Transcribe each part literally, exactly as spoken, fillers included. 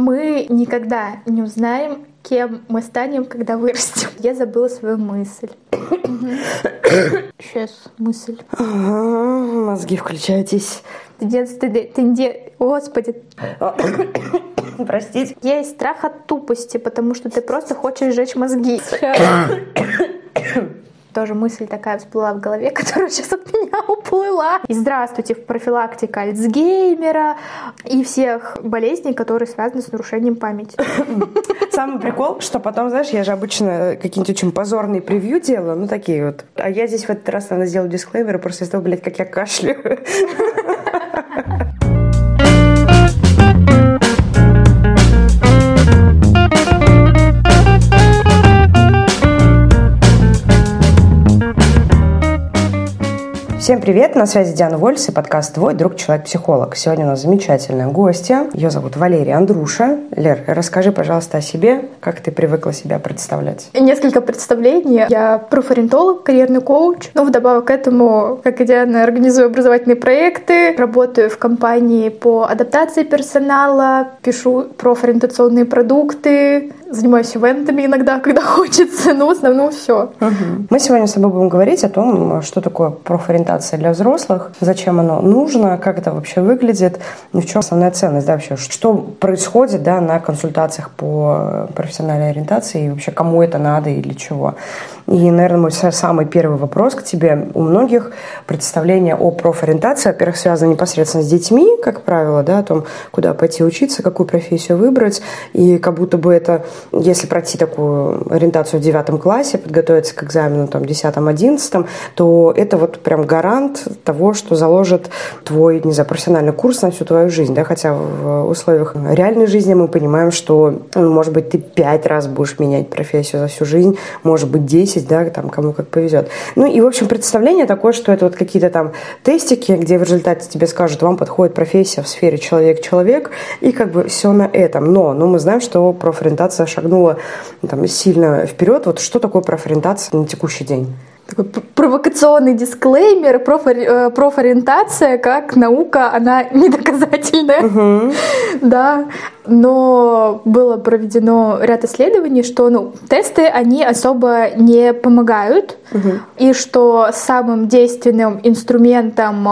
Мы никогда не узнаем, кем мы станем, когда вырастем. Я забыла свою мысль. Сейчас мысль. Мозги включайтесь. Ты, Господи. Простите. Есть страх от тупости, потому что ты просто хочешь сжечь мозги. Тоже мысль такая всплыла в голове, которая сейчас от меня уплыла. И здравствуйте, профилактика Альцгеймера и всех болезней, которые связаны с нарушением памяти. Самый прикол, что потом, знаешь, я же обычно какие-нибудь очень позорные превью делаю, ну такие вот. А я здесь в этот раз, наверное, сделаю дисклеймер просто из того, блядь, как я кашляю. Всем привет, на связи Диана Вольс и подкаст «Твой друг человек-психолог». Сегодня у нас замечательная гостья. Ее зовут Валерия Андруша. Лер, расскажи, пожалуйста, о себе, как ты привыкла себя представлять. Несколько представлений. Я профориентолог, карьерный коуч. Но вдобавок к этому, как и Диана, организую образовательные проекты, работаю в компании по адаптации персонала, пишу профориентационные продукты, занимаюсь ивентами иногда, когда хочется, но в основном все. Угу. Мы сегодня с тобой будем говорить о том, что такое профориентация для взрослых, зачем оно нужно, как это вообще выглядит, и в чем основная ценность, да, вообще, что происходит, да, на консультациях по профессиональной ориентации, и вообще кому это надо и для чего. И, наверное, мой самый первый вопрос к тебе. У многих представление о профориентации, во-первых, связано непосредственно с детьми, как правило, да, о том, куда пойти учиться, какую профессию выбрать, и как будто бы это, если пройти такую ориентацию в девятом классе, подготовиться к экзамену там десятом-одиннадцатом, то это вот прям гарант того, что заложит твой, не знаю, профессиональный курс на всю твою жизнь, да, хотя в условиях реальной жизни мы понимаем, что, ну, может быть, ты пять раз будешь менять профессию за всю жизнь, может быть, десять, да, там, кому как повезет. Ну, и, в общем, представление такое, что это вот какие-то там тестики, где в результате тебе скажут, вам подходит профессия в сфере человек-человек, и как бы все на этом. Но, ну, мы знаем, что профориентация шагнула там сильно вперед. Вот что такое профориентация на текущий день? Такой провокационный дисклеймер. Профори... профориентация как наука, она недоказательная. Угу. Да. Но было проведено ряд исследований, что, ну, тесты, они особо не помогают, угу. и что самым действенным инструментом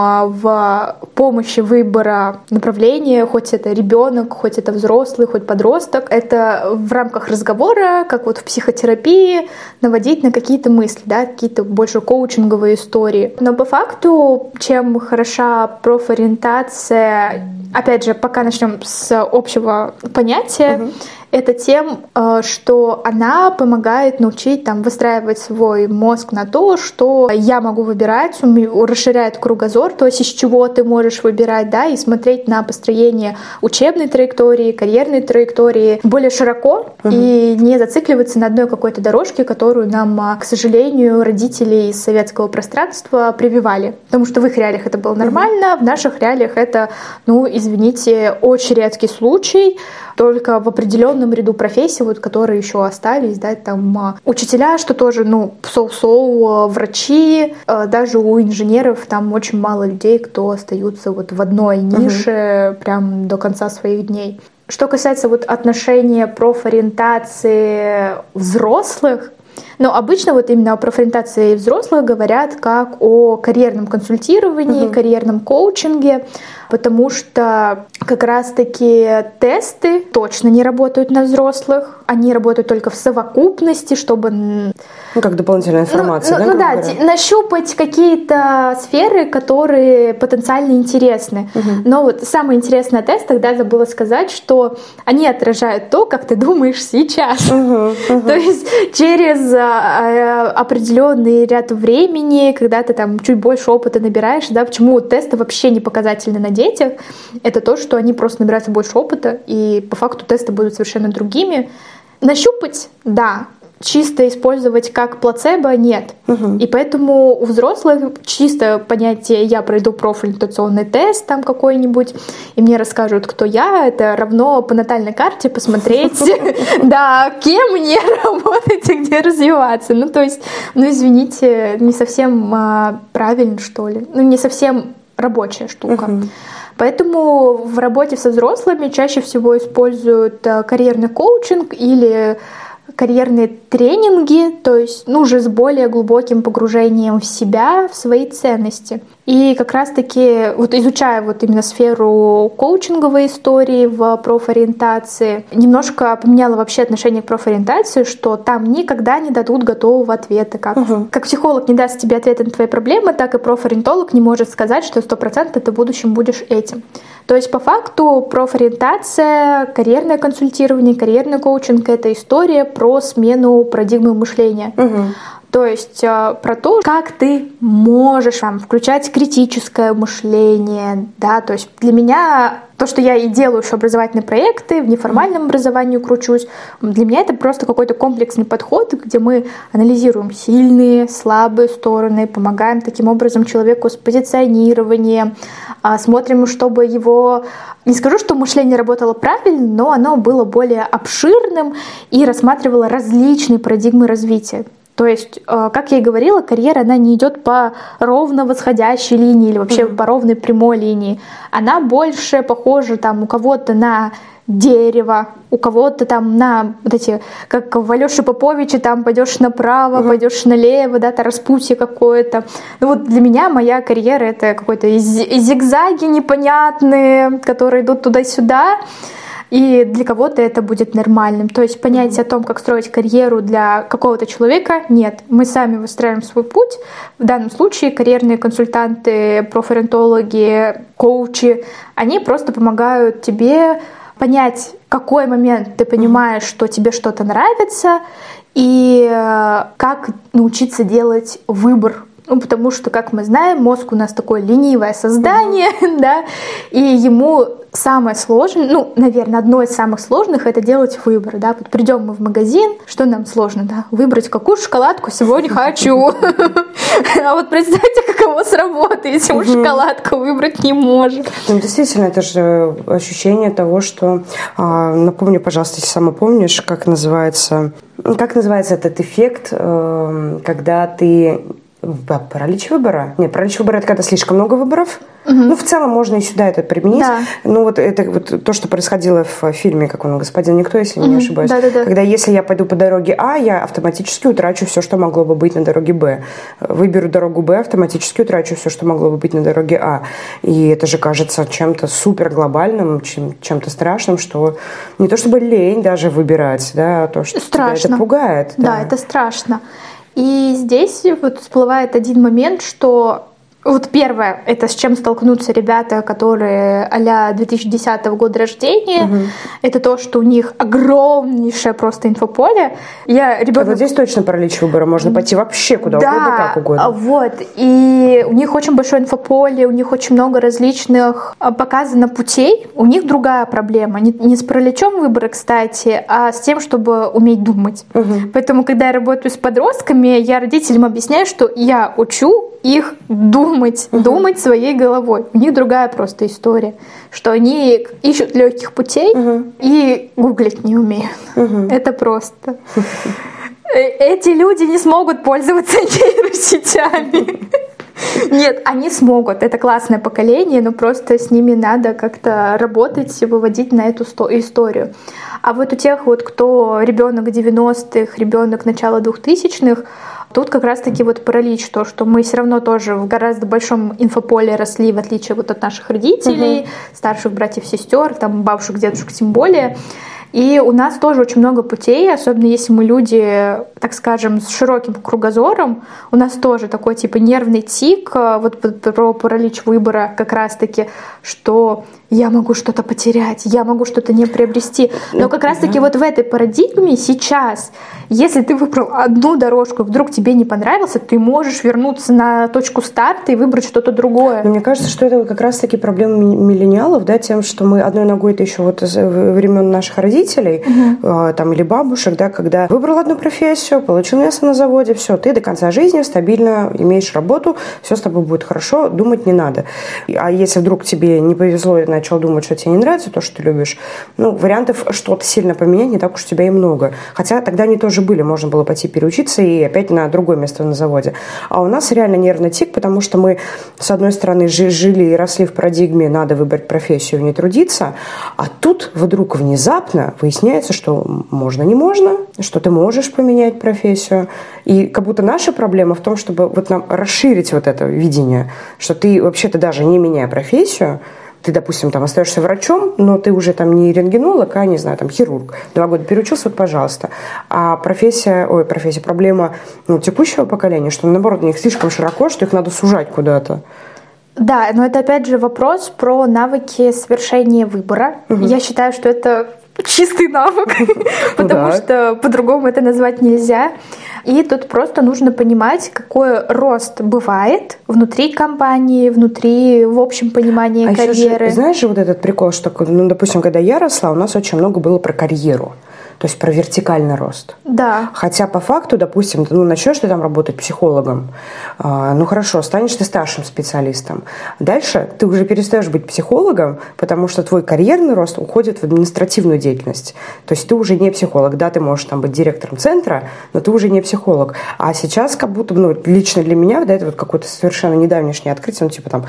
в помощи выбора направления, хоть это ребенок, хоть это взрослый, хоть подросток, это в рамках разговора, как вот в психотерапии, наводить на какие-то мысли, да, какие-то больше коучинговые истории. Но по факту, чем хороша профориентация, опять же, пока начнем с общего понятия, угу. это тем, что она помогает научить там, выстраивать свой мозг на то, что я могу выбирать, расширяет кругозор, то есть из чего ты можешь выбирать, да, и смотреть на построение учебной траектории, карьерной траектории более широко угу. и не зацикливаться на одной какой-то дорожке, которую нам, к сожалению, родители из советского пространства прививали. Потому что в их реалиях это было нормально, угу. в наших реалиях это, ну, извините, очень редкий случай, только в определенном ряду профессий, вот, которые еще остались, да, там учителя, что тоже, ну, соу-соу, врачи, даже у инженеров там очень мало людей, кто остаются вот в одной нише угу. прям до конца своих дней. Что касается вот отношения профориентации взрослых, но обычно вот именно о профориентации взрослых говорят как о карьерном консультировании, угу. карьерном коучинге, потому что как раз-таки тесты точно не работают на взрослых, они работают только в совокупности, чтобы... Ну, как дополнительная информация, ну, да? Ну да, говоря? Нащупать какие-то сферы, которые потенциально интересны. Угу. Но вот самое интересное тест, тогда забыла сказать, что они отражают то, как ты думаешь сейчас. Угу, угу. То есть через определенный ряд времени, когда ты там чуть больше опыта набираешь, да, почему тесты вообще не показательны на детях, это то, что они просто набираются больше опыта, и по факту тесты будут совершенно другими. Нащупать, да, чисто использовать как плацебо нет. Угу. И поэтому у взрослых чисто понятие «я пройду профориентационный тест» там какой-нибудь, и мне расскажут, кто я, это равно по натальной карте посмотреть, да, кем мне работать и где развиваться. Ну, то есть, ну, извините, не совсем правильно, что ли. Ну, не совсем рабочая штука. Поэтому в работе со взрослыми чаще всего используют карьерный коучинг или карьерные тренинги, то есть, ну, уже с более глубоким погружением в себя, в свои ценности. И как раз-таки, вот изучая вот именно сферу коучинговой истории в профориентации, немножко поменяла вообще отношение к профориентации, что там никогда не дадут готового ответа. Как, угу. как психолог не даст тебе ответа на твои проблемы, так и профориентолог не может сказать, что сто процентов ты в будущем будешь этим. То есть, по факту, профориентация, карьерное консультирование, карьерный коучинг — это история про смену парадигмы мышления. Угу. То есть э, про то, как ты можешь там, включать критическое мышление. Да? То есть для меня то, что я и делаю еще образовательные проекты, в неформальном образовании кручусь, для меня это просто какой-то комплексный подход, где мы анализируем сильные, слабые стороны, помогаем таким образом человеку с позиционированием, э, смотрим, чтобы его... Не скажу, что мышление работало правильно, но оно было более обширным и рассматривало различные парадигмы развития. То есть, как я и говорила, карьера, она не идет по ровно восходящей линии или вообще mm-hmm. по ровной прямой линии. Она больше похожа там у кого-то на дерево, у кого-то там на вот эти, как в Алёше Поповиче, там пойдешь направо, mm-hmm. пойдешь налево, да, то распутье какое-то. Ну вот для меня моя карьера — это какой-то зигзаги непонятные, которые идут туда-сюда. И для кого-то это будет нормальным. То есть понятие о том, как строить карьеру для какого-то человека, нет. Мы сами выстраиваем свой путь. В данном случае карьерные консультанты, профориентологи, коучи, они просто помогают тебе понять, в какой момент ты понимаешь, что тебе что-то нравится, и как научиться делать выбор. Ну, потому что, как мы знаем, мозг у нас такое ленивое создание, mm-hmm. да, и ему самое сложное, ну, наверное, одно из самых сложных — это делать выбор, да. Вот придем мы в магазин, что нам сложно, да, выбрать, какую шоколадку сегодня хочу. А вот представьте, каково сработает, если мы шоколадку выбрать не можем. Ну, действительно, это же ощущение того, что, напомни, пожалуйста, если сама помнишь, как называется, как называется этот эффект, когда ты паралич выбора? Нет, паралич выбора — это когда слишком много выборов. Угу. Ну, в целом можно и сюда это применить. Да. Ну, вот это вот то, что происходило в фильме, как он, «Господин Никто», если угу. не ошибаюсь. Да, да, да. Когда если я пойду по дороге А, я автоматически утрачу все, что могло бы быть на дороге Б. Выберу дорогу Б, автоматически утрачу все, что могло бы быть на дороге А. И это же кажется чем-то супер глобальным, чем, чем-то страшным, что не то чтобы лень даже выбирать, да, а то, что тебя это пугает. Да, да, это страшно. И здесь вот всплывает один момент, что вот первое, это с чем столкнутся ребята, которые а-ля две тысячи десятого года рождения, угу. это то, что у них огромнейшее просто инфополе. Я ребенок... А вот здесь точно паралич выбора, можно пойти вообще куда да, угодно, как угодно. Вот, и у них очень большое инфополе, у них очень много различных показано путей, у них другая проблема, не, не с параличом выбора, кстати, а с тем, чтобы уметь думать. Угу. Поэтому, когда я работаю с подростками, я родителям объясняю, что я учу их думать, uh-huh. думать своей головой. У них другая просто история, что они ищут легких путей uh-huh. и гуглить не умеют. Uh-huh. Это просто. Эти люди не смогут пользоваться нейросетями. Нет, они смогут. Это классное поколение, но просто с ними надо как-то работать и выводить на эту историю. А вот у тех, вот, кто ребенок девяностых, ребенок начала двухтысячных, тут как раз-таки вот паралич, то, что мы все равно тоже в гораздо большом инфополе росли, в отличие вот от наших родителей, угу. старших братьев, сестер, там, бабушек, дедушек тем более. И у нас тоже очень много путей, особенно если мы люди, так скажем, с широким кругозором. У нас тоже такой типа нервный тик, вот про паралич выбора как раз-таки, что я могу что-то потерять, я могу что-то не приобрести. Но как раз-таки вот в этой парадигме сейчас, если ты выбрал одну дорожку, вдруг тебе не понравился, ты можешь вернуться на точку старта и выбрать что-то другое. Но мне кажется, что это как раз-таки проблема миллениалов, да, тем, что мы одной ногой-то еще вот из времен наших родителей, угу. там, или бабушек, да, когда выбрал одну профессию, профессию, получил место на заводе, все, ты до конца жизни стабильно имеешь работу, все с тобой будет хорошо, думать не надо. А если вдруг тебе не повезло и начал думать, что тебе не нравится то, что ты любишь, ну, вариантов что-то сильно поменять не так уж у тебя и много. Хотя тогда они тоже были, можно было пойти переучиться и опять на другое место на заводе. А у нас реально нервный тик, потому что мы, с одной стороны, жили и росли в парадигме «надо выбрать профессию, не трудиться», а тут вдруг внезапно выясняется, что можно, не можно, что ты можешь поменять профессию. И как будто наша проблема в том, чтобы вот нам расширить вот это видение, что ты вообще-то даже не меняя профессию, ты, допустим, там остаешься врачом, но ты уже там не рентгенолог, а, не знаю, там хирург. Два года переучился, вот, пожалуйста. А профессия, ой, профессия, проблема ну, текущего поколения, что, наоборот, у них слишком широко, что их надо сужать куда-то. Да, но это, опять же, вопрос про навыки совершения выбора. Угу. Я считаю, что это чистый навык, потому что по-другому это назвать нельзя. И тут просто нужно понимать, какой рост бывает внутри компании, внутри, в общем понимании а карьеры. Еще, знаешь же вот этот прикол, что, ну, допустим, когда я росла, у нас очень много было про карьеру. То есть про вертикальный рост. Да. Хотя по факту, допустим, ну, начнешь ты там работать психологом, э, ну хорошо, станешь ты старшим специалистом. Дальше ты уже перестаешь быть психологом, потому что твой карьерный рост уходит в административную деятельность. То есть ты уже не психолог. Да, ты можешь там быть директором центра, но ты уже не психолог. А сейчас как будто, ну, лично для меня, да, это вот какое-то совершенно недавнешнее открытие, ну, типа там,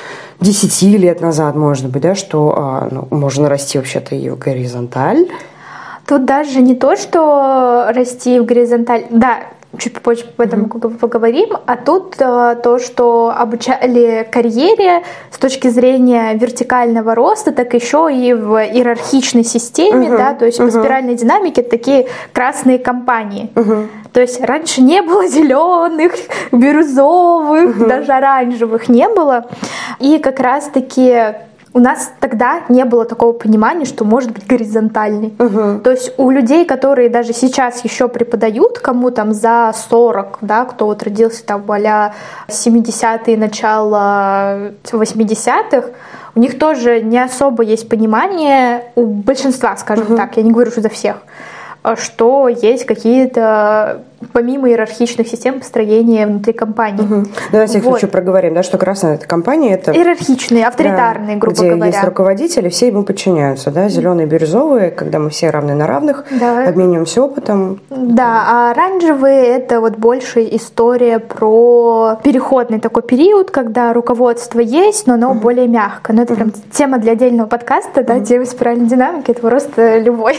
десяти лет назад, может быть, да, что э, ну, можно расти вообще-то и в горизонталь. Тут даже не то, что расти в горизонталь, да, чуть попозже об этом mm-hmm. поговорим, а тут а, то, что обучали карьере с точки зрения вертикального роста, так еще и в иерархичной системе, mm-hmm. да, то есть mm-hmm. по спиральной динамике такие красные компании. Mm-hmm. То есть раньше не было зеленых, бирюзовых, mm-hmm. даже оранжевых не было. И как раз-таки у нас тогда не было такого понимания, что может быть горизонтальный. Uh-huh. То есть у людей, которые даже сейчас еще преподают, кому там за сорок, да, кто вот родился там а-ля семидесятые, начало восьмидесятых, у них тоже не особо есть понимание, у большинства, скажем uh-huh. так, я не говорю, что за всех, что есть какие-то помимо иерархичных систем построения внутри компании. Угу. Да, на всякий вот. случай проговорим, да, что красная компания это иерархичные, авторитарные, да, грубо где говоря. Есть руководители, все ему подчиняются, да, зеленые, бирюзовые, когда мы все равны на равных, да. обмениваемся опытом. Да, а оранжевые это вот больше история про переходный такой период, когда руководство есть, но оно угу. более мягко. Но это угу. прям тема для отдельного подкаста, да, угу. тема спиральной динамики, это просто любой.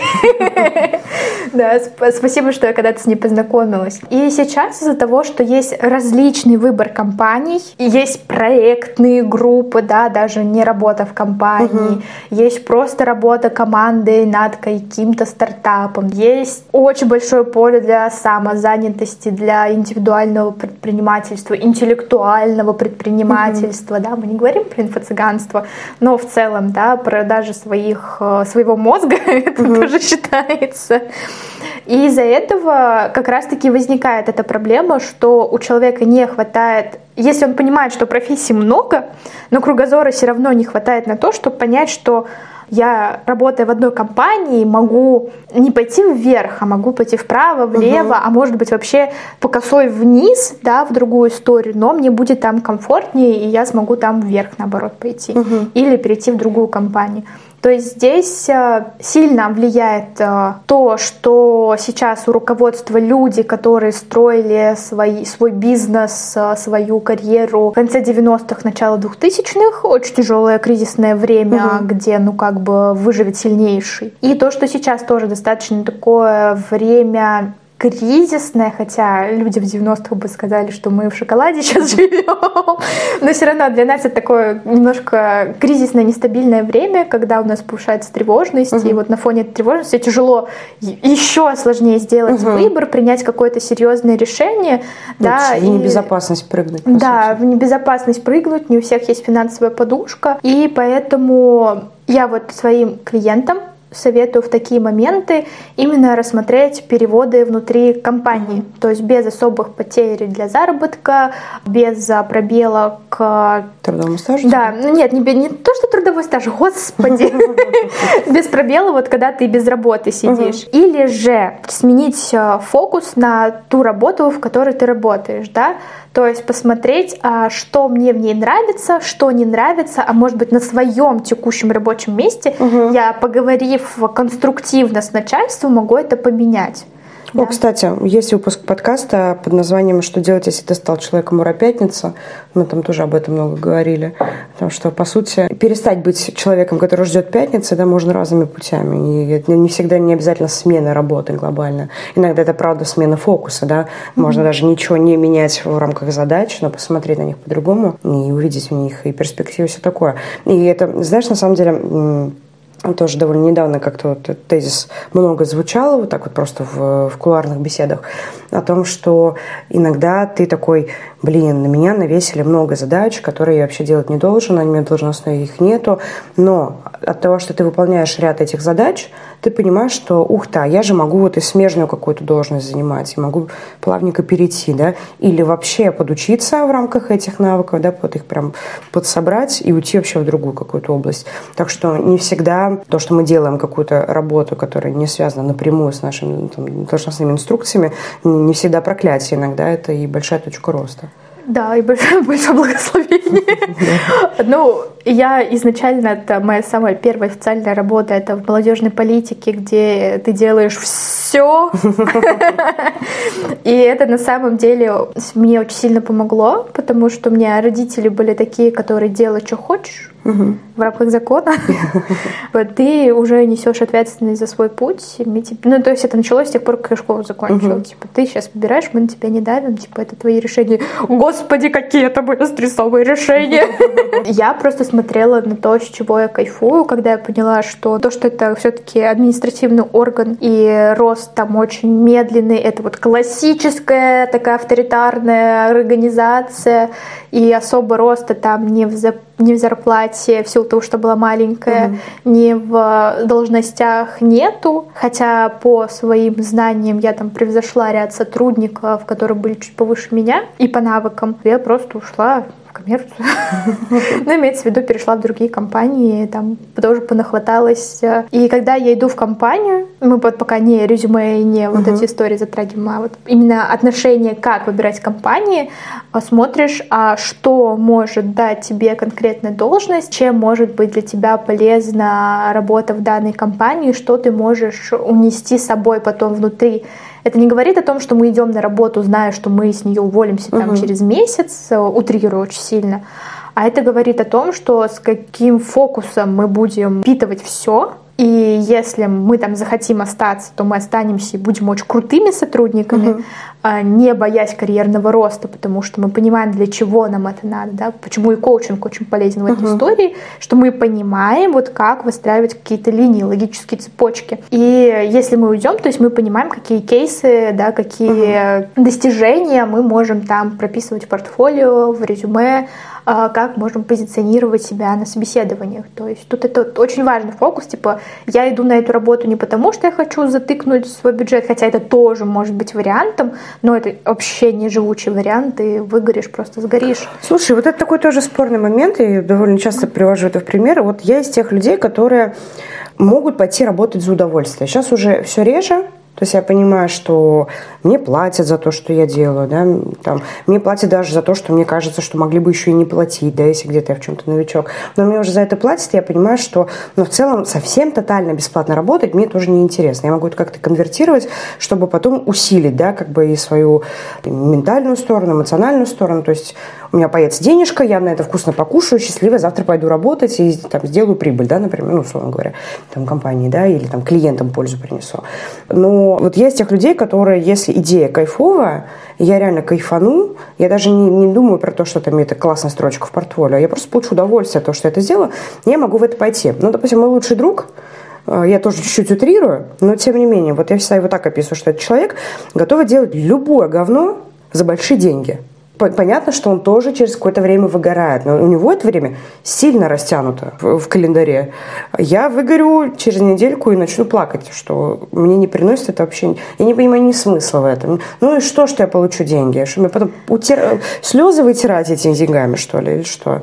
Да, спасибо, что я когда-то с ней познакомилась. И сейчас из-за того, что есть различный выбор компаний, есть проектные группы, да, даже не работа в компании, uh-huh. есть просто работа командой над каким-то стартапом, есть очень большое поле для самозанятости, для индивидуального предпринимательства, интеллектуального предпринимательства, uh-huh. да, мы не говорим про инфо-цыганство, но в целом, да, про даже своих, своего мозга это uh-huh. тоже считается. И из-за этого как раз-таки возникает эта проблема, что у человека не хватает, если он понимает, что профессий много, но кругозора все равно не хватает на то, чтобы понять, что я, работая в одной компании, могу не пойти вверх, а могу пойти вправо, влево, uh-huh. а может быть вообще по косой вниз, да, в другую историю, но мне будет там комфортнее, и я смогу там вверх, наоборот, пойти. Uh-huh. Или перейти в другую компанию. То есть здесь сильно влияет то, что сейчас у руководства люди, которые строили свои, свой бизнес, свою карьеру в конце девяностых, начало двухтысячных, очень тяжелое кризисное время, угу. где, ну, как бы выживет сильнейший. И то, что сейчас тоже достаточно такое время кризисное, хотя люди в девяностых бы сказали, что мы в шоколаде сейчас живем, но все равно для нас это такое немножко кризисное, нестабильное время, когда у нас повышается тревожность, uh-huh. и вот на фоне этой тревожности тяжело, еще сложнее сделать uh-huh. выбор, принять какое-то серьезное решение. Да, в и... небезопасность прыгнуть. Да, сути. в небезопасность прыгнуть, не у всех есть финансовая подушка, и поэтому я вот своим клиентам советую в такие моменты именно рассмотреть переводы внутри компании. Mm-hmm. То есть без особых потерь для заработка, без пробела к... Трудовому стажу? Да, ну нет, не, не то, что трудовой стаж, господи. Без пробела, вот когда ты без работы сидишь. Или же сменить фокус на ту работу, в которой ты работаешь, да? То есть посмотреть, что мне в ней нравится, что не нравится, а может быть на своем текущем рабочем месте угу. я, поговорив конструктивно с начальством, могу это поменять. О, да. Кстати, есть выпуск подкаста под названием «Что делать, если ты стал человеком ура-пятница?». Мы там тоже об этом много говорили. Потому что, по сути, перестать быть человеком, который ждет пятницы, да, можно разными путями. И это не всегда не обязательно смена работы глобально. Иногда это, правда, смена фокуса. Да? Можно mm-hmm. даже ничего не менять в рамках задач, но посмотреть на них по-другому и увидеть в них и перспективы, все такое. И это, знаешь, на самом деле... Тоже довольно недавно как-то вот этот тезис много звучало, вот так вот просто в, в кулуарных беседах, о том, что иногда ты такой, блин, на меня навесили много задач, которые я вообще делать не должен, на меня должностной их нету, но от того, что ты выполняешь ряд этих задач, ты понимаешь, что ух ты, я же могу вот и смежную какую-то должность занимать, и могу плавненько перейти, да, или вообще подучиться в рамках этих навыков, да, вот их прям подсобрать и уйти вообще в другую какую-то область. Так что не всегда то, что мы делаем какую-то работу, которая не связана напрямую с нашими там, должностными инструкциями, не всегда проклятие, иногда это и большая точка роста. Да, и большое, большое благословение. Ну, я изначально, это моя самая первая официальная работа, это в молодежной политике, где ты делаешь все. И это на самом деле мне очень сильно помогло, потому что у меня родители были такие, которые делают, что хочешь. Угу. В рамках закона. Вот, ты уже несешь ответственность за свой путь. Ну, то есть это началось с тех пор, как я школу закончила. Угу. Типа, ты сейчас выбираешь, мы на тебя не давим. Типа, это твои решения. Господи, какие это были стрессовые решения. Я просто смотрела на то, с чего я кайфую, когда я поняла, что то, что это все-таки административный орган, и рост там очень медленный, это вот классическая такая авторитарная организация, и особо роста там не в, за... не в зарплате, в силу того, что была маленькая, угу. ни в должностях нету. Хотя по своим знаниям я там превзошла ряд сотрудников, которые были чуть повыше меня, и по навыкам. Я просто ушла в коммерцию. Ну, имеется в виду, перешла в другие компании, там тоже понахваталась. И когда я иду в компанию, мы вот пока не резюме и не вот эти истории затрагиваем, а вот именно отношение, как выбирать компании, смотришь, а что может дать тебе конкретная должность, чем может быть для тебя полезна работа в данной компании, что ты можешь унести с собой потом внутри. Это не говорит о том, что мы идем на работу, зная, что мы с нее уволимся там, угу. через месяц, утрирую очень сильно. А это говорит о том, что с каким фокусом мы будем впитывать все. И если мы там захотим остаться, то мы останемся и будем очень крутыми сотрудниками, uh-huh. не боясь карьерного роста, потому что мы понимаем, для чего нам это надо, да? Почему и коучинг очень полезен в uh-huh. этой истории, что мы понимаем, вот как выстраивать какие-то линии, логические цепочки. И если мы уйдем, то есть мы понимаем, какие кейсы, да, какие uh-huh. достижения мы можем там прописывать в портфолио, в резюме, как можем позиционировать себя на собеседованиях. То есть тут это очень важный фокус, типа я иду на эту работу не потому, что я хочу затыкнуть свой бюджет, хотя это тоже может быть вариантом, но это вообще не живучий вариант, и выгоришь, просто сгоришь. Слушай, вот это такой тоже спорный момент, и довольно часто привожу это в пример. Вот я из тех людей, которые могут пойти работать за удовольствие. Сейчас уже все реже. То есть я понимаю, что мне платят за то, что я делаю, да, там, мне платят даже за то, что мне кажется, что могли бы еще и не платить, да, если где-то я в чем-то новичок. Но мне уже за это платят, и я понимаю, что, ну, в целом совсем тотально бесплатно работать мне тоже неинтересно. Я могу это как-то конвертировать, чтобы потом усилить, да, как бы и свою ментальную сторону, эмоциональную сторону. То есть у меня появится денежка, я на это вкусно покушаю, счастливо, завтра пойду работать и там сделаю прибыль, да, например, ну, условно говоря, там, компании, да, или там клиентам пользу принесу. Но вот я из тех людей, которые, если идея кайфовая, я реально кайфану, я даже не, не думаю про то, что там это классная строчка в портфолио, я просто получу удовольствие от того, что я это сделала, я могу в это пойти. Ну, допустим, мой лучший друг, я тоже чуть-чуть утрирую, но тем не менее, вот я всегда его так описываю, что этот человек готов делать любое говно за большие деньги. Понятно, что он тоже через какое-то время выгорает, но у него это время сильно растянуто в, в календаре. Я выгорю через недельку и начну плакать, что мне не приносит это вообще... Я не понимаю ни смысла в этом. Ну и что, что я получу деньги? Что мне потом утир... слезы вытирать этими деньгами, что ли, или что?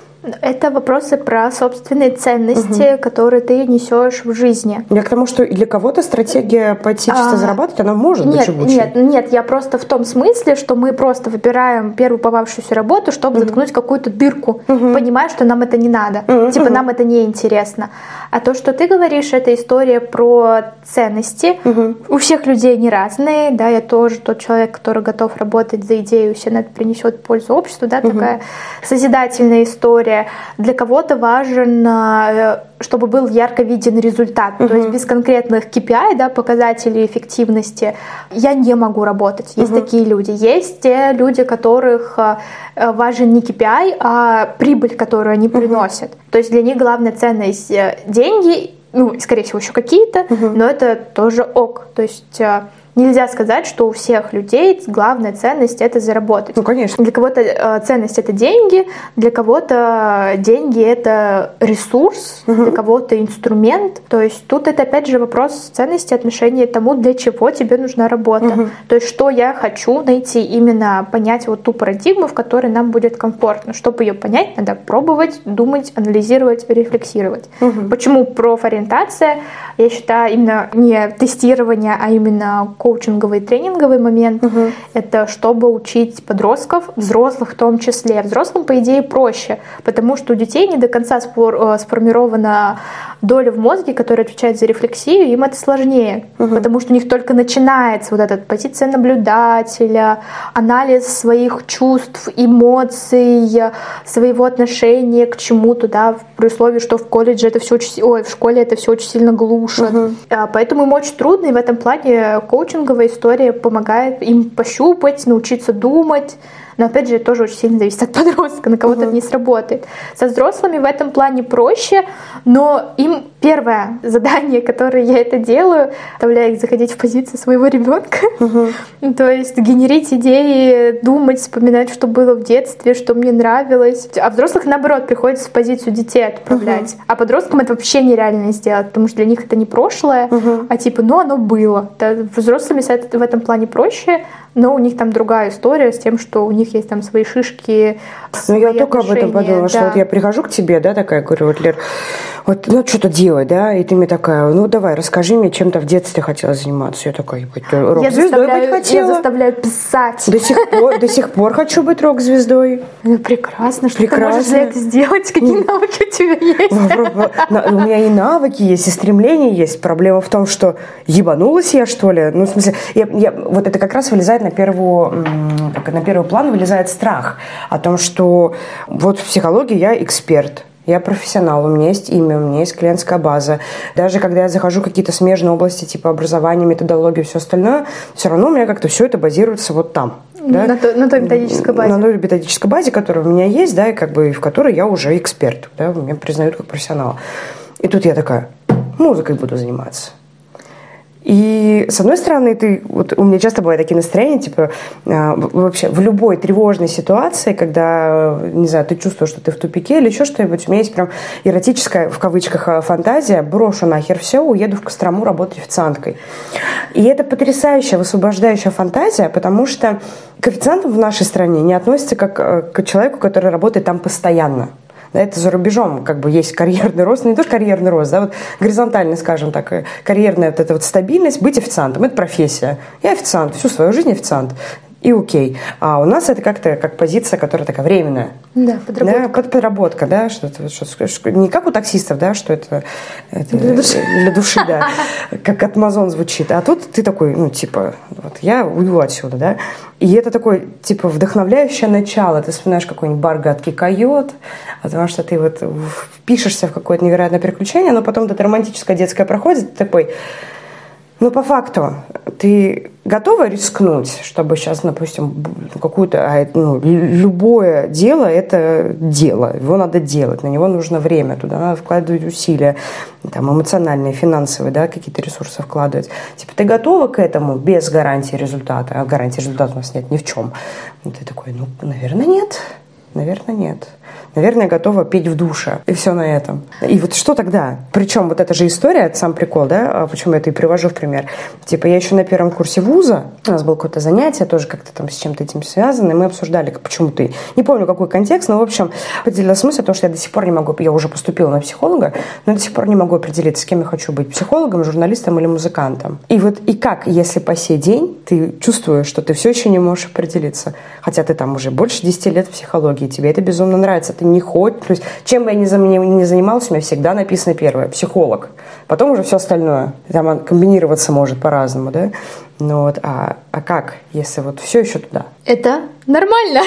Это вопросы про собственные ценности, угу. которые ты несешь в жизни. Я к тому, что для кого-то стратегия пойти чисто а, зарабатывать, она может нет, быть живучей. Нет, нет, я просто в том смысле, что мы просто выбираем первую попавшуюся работу, чтобы угу. заткнуть какую-то дырку, угу. понимая, что нам это не надо, угу. типа нам это не интересно. А то, что ты говоришь, это история про ценности. Угу. У всех людей они разные, да, я тоже тот человек, который готов работать за идею, если она принесет пользу обществу, да, угу. такая созидательная история. Для кого-то важен, чтобы был ярко виден результат, uh-huh. то есть без конкретных кей пи ай, да, показателей эффективности я не могу работать. Есть uh-huh. такие люди. Есть те люди, которых важен не кей пи ай, а прибыль, которую они uh-huh. приносят. То есть для них главная ценность деньги, ну, скорее всего, еще какие-то, uh-huh. но это тоже ок. То есть нельзя сказать, что у всех людей главная ценность — это заработать. Ну, конечно. Для кого-то э, ценность — это деньги, для кого-то деньги — это ресурс, угу. для кого-то инструмент. То есть тут это опять же вопрос ценности, отношения к тому, для чего тебе нужна работа. Угу. То есть что я хочу найти, именно понять вот ту парадигму, в которой нам будет комфортно. Чтобы ее понять, надо пробовать, думать, анализировать, рефлексировать. Угу. Почему профориентация? Я считаю, именно не тестирование, а именно коучинговый, тренинговый момент. Угу. Это чтобы учить подростков, взрослых в том числе. Взрослым, по идее, проще, потому что у детей не до конца спор, сформирована доля в мозге, которая отвечает за рефлексию, им это сложнее, угу. потому что у них только начинается вот эта позиция наблюдателя, анализ своих чувств, эмоций, своего отношения к чему-то, да, при условии, что в колледже это все очень, ой, в школе это все очень сильно глушат. Угу. Поэтому им очень трудно, и в этом плане коучинговая история помогает им пощупать, научиться думать. Но опять же, это тоже очень сильно зависит от подростка, на кого-то uh-huh. это не сработает. Со взрослыми в этом плане проще, но им первое задание, которое я это делаю, заставляю их заходить в позицию своего ребенка. Uh-huh. То есть генерить идеи, думать, вспоминать, что было в детстве, что мне нравилось. А взрослых, наоборот, приходится в позицию детей отправлять. Uh-huh. А подросткам это вообще нереально сделать, потому что для них это не прошлое, uh-huh. а типа, ну оно было. Да, взрослыми в этом плане проще, но у них там другая история с тем, что у них есть там свои шишки. Ну, я только об этом подумала, да. что вот я прихожу к тебе, да, такая, говорю, вот, Лер, вот, ну, что-то делать, да, и ты мне такая, ну, давай, расскажи мне, чем ты в детстве хотела заниматься. Я такая, рок-звездой быть хотела. Я заставляю писать. До сих пор, до сих пор хочу быть рок-звездой. Ну, прекрасно, что прекрасно. Ты можешь для этого сделать, какие навыки у тебя есть? У меня и навыки есть, и стремления есть. Проблема в том, что ебанулась я, что ли? Ну, в смысле, я, я, вот это как раз вылезает на первую, как, на первый план вылезает страх о том, что вот в психологии я эксперт. Я профессионал, у меня есть имя, у меня есть клиентская база. Даже когда я захожу в какие-то смежные области, типа образования, методологии и все остальное, все равно у меня как-то все это базируется вот там. Да? На, то, на той методической базе. На той методической базе, которая у меня есть, да, и как бы в которой я уже эксперт. Да, меня признают как профессионала. И тут я такая, музыкой буду заниматься. И, с одной стороны, ты, вот у меня часто бывают такие настроения, типа, э, вообще в любой тревожной ситуации, когда, не знаю, ты чувствуешь, что ты в тупике или еще что-нибудь, у меня есть прям эротическая, в кавычках, фантазия, брошу нахер все, уеду в Кострому работать официанткой. И это потрясающая, высвобождающая фантазия, потому что к официантам в нашей стране не относятся как к человеку, который работает там постоянно. Да, это за рубежом как бы есть карьерный рост, не тоже карьерный рост, да, вот горизонтально, скажем так, карьерная вот эта вот стабильность, быть официантом, это профессия. Я официант, всю свою жизнь официант. И окей. А у нас это как-то как позиция, которая такая временная. Да, подработка. Да, под, подработка, да, что-то, что, что, не как у таксистов, да, что это, это для души, для души, да, как Амазон звучит. А тут ты такой, ну, типа, вот я уйду отсюда, да. И это такое, типа, вдохновляющее начало. Ты вспоминаешь какой-нибудь бар «Гадкий койот», потому что ты вот впишешься в какое-то невероятное приключение, но потом это романтическое детское проходит, ты такой... Ну, по факту, ты готова рискнуть, чтобы сейчас, допустим, какую-то, ну, любое дело – это дело, его надо делать, на него нужно время, туда надо вкладывать усилия, там, эмоциональные, финансовые, да, какие-то ресурсы вкладывать. Типа, ты готова к этому без гарантии результата? А гарантии результата у нас нет ни в чем. И ты такой, ну, наверное, нет. Наверное, нет. Наверное, готова петь в душе. И все на этом. И вот что тогда? Причем вот эта же история, это сам прикол, да? Почему я это и привожу в пример. Типа я еще на первом курсе вуза, у нас было какое-то занятие, тоже как-то там с чем-то этим связано, и мы обсуждали, почему ты. Не помню, какой контекст, но, в общем, поделила смысл, потому что я до сих пор не могу, я уже поступила на психолога, но до сих пор не могу определиться, с кем я хочу быть, психологом, журналистом или музыкантом. И вот и как, если по сей день ты чувствуешь, что ты все еще не можешь определиться, хотя ты там уже больше десяти лет в психологии, тебе это безумно нравится, ты не хочешь, то есть чем бы я ни, ни занималась, у меня всегда написано первое – психолог, потом уже все остальное, там комбинироваться может по-разному, да, ну вот, а, а как, если вот все еще туда? Это нормально.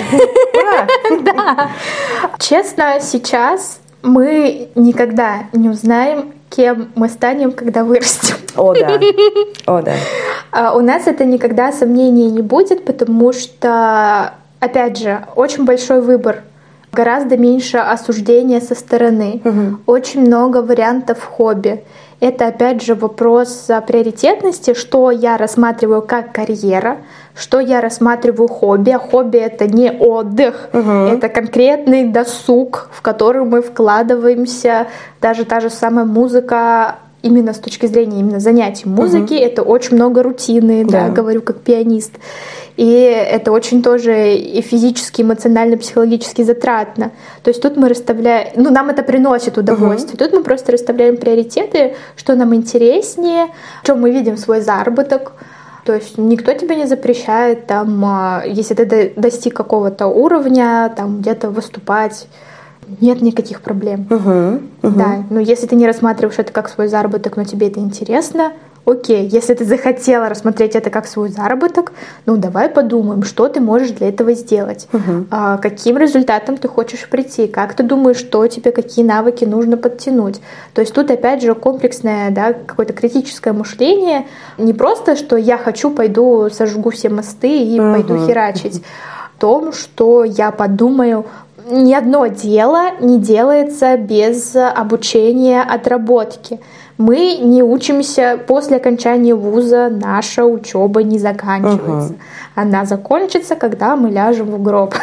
Да. Честно, сейчас мы никогда не узнаем, кем мы станем, когда вырастем. О, да. О, да. У нас это никогда сомнений не будет, потому что, опять же, очень большой выбор, гораздо меньше осуждения со стороны, угу. Очень много вариантов хобби. Это, опять же, вопрос приоритетности, что я рассматриваю как карьера, что я рассматриваю хобби. А хобби — это не отдых, угу. Это конкретный досуг, в который мы вкладываемся. Даже та же самая музыка, именно с точки зрения именно занятий музыки, угу. Это очень много рутины, да. Да, говорю как пианист. И это очень тоже и физически, эмоционально, психологически затратно. То есть тут мы расставляем, ну нам это приносит удовольствие. Uh-huh. Тут мы просто расставляем приоритеты, что нам интереснее, в чем мы видим свой заработок. То есть никто тебе не запрещает, там, если ты достиг какого-то уровня, там где-то выступать. Нет никаких проблем. Uh-huh. Uh-huh. Да. Но если ты не рассматриваешь это как свой заработок, но тебе это интересно, окей, если ты захотела рассмотреть это как свой заработок, ну давай подумаем, что ты можешь для этого сделать, uh-huh. а, каким результатом ты хочешь прийти, как ты думаешь, что тебе, какие навыки нужно подтянуть. То есть тут опять же комплексное, да, какое-то критическое мышление, не просто, что я хочу, пойду сожгу все мосты и uh-huh. пойду херачить, uh-huh. в том, что я подумаю, ни одно дело не делается без обучения, отработки. Мы не учимся после окончания вуза, наша учеба не заканчивается. Uh-huh. Она закончится, когда мы ляжем в гроб.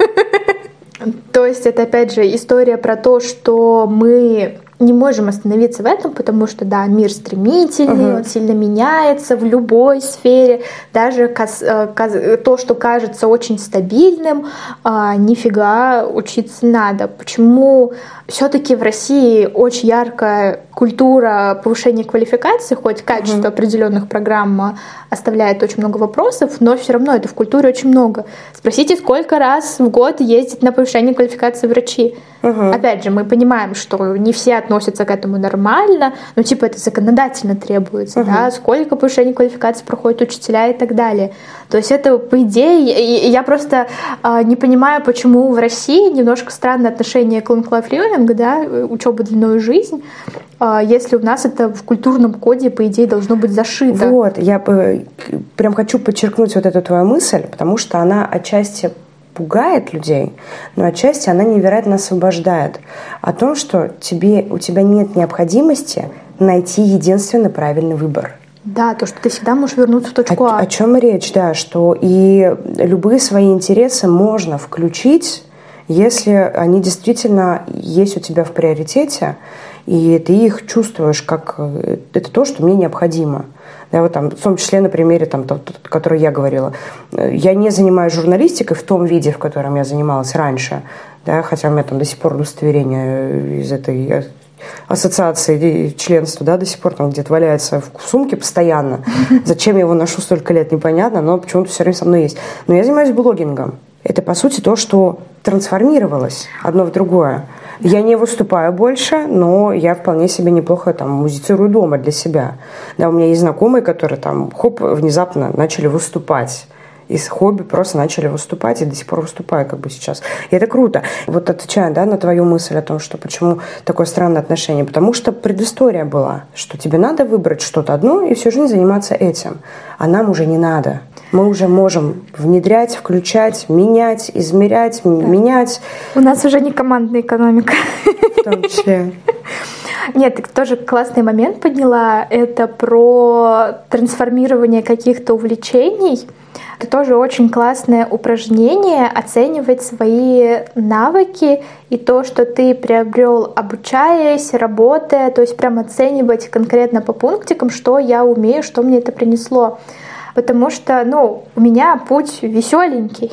То есть это опять же история про то, что мы не можем остановиться в этом, потому что, да, мир стремительный, uh-huh. он сильно меняется в любой сфере. Даже то, что кажется очень стабильным, нифига учиться надо. Почему все-таки в России очень яркая культура повышения квалификации, хоть качество uh-huh. определенных программ оставляет очень много вопросов, но все равно это в культуре очень много. Спросите, сколько раз в год ездят на повышение квалификации врачи. Uh-huh. Опять же, мы понимаем, что не все относятся к этому нормально, но типа это законодательно требуется, uh-huh. да, сколько повышений квалификации проходят учителя и так далее. То есть это, по идее, я просто э, не понимаю, почему в России немножко странное отношение к long-life learning, да, учеба длиною жизнь, э, если у нас это в культурном коде, по идее, должно быть зашито. Вот, я прям хочу подчеркнуть вот эту твою мысль, потому что она отчасти пугает людей, но отчасти она невероятно освобождает о том, что тебе, у тебя нет необходимости найти единственный правильный выбор. Да, то, что ты всегда можешь вернуться в точку А. О, о чем речь, да, что и любые свои интересы можно включить, если они действительно есть у тебя в приоритете, и ты их чувствуешь как это то, что мне необходимо. Да, вот там, в том числе на примере, там, тот, тот, который я говорила. Я не занимаюсь журналистикой в том виде, в котором я занималась раньше, да, хотя у меня там до сих пор удостоверение из этой ассоциации членства, да, до сих пор там где-то валяется в сумке постоянно. Зачем я его ношу столько лет, непонятно, но почему-то все время со мной есть. Но я занимаюсь блогингом. Это, по сути, то, что трансформировалось одно в другое. Я не выступаю больше, но я вполне себе неплохо там музицирую дома для себя. Да, у меня есть знакомые, которые там, хоп, внезапно начали выступать. из хобби просто начали выступать и до сих пор выступаю как бы сейчас. И это круто. Вот отвечая, да, на твою мысль о том, что почему такое странное отношение. Потому что предыстория была, что тебе надо выбрать что-то одно и всю жизнь заниматься этим. А нам уже не надо. Мы уже можем внедрять, включать, менять, измерять, да. менять. У нас уже не командная экономика. В том числе. Нет, ты тоже классный момент подняла. Это про трансформирование каких-то увлечений. Это тоже очень классное упражнение оценивать свои навыки и то, что ты приобрел, обучаясь, работая, то есть прям оценивать конкретно по пунктикам, что я умею, что мне это принесло. Потому что, ну, у меня путь веселенький.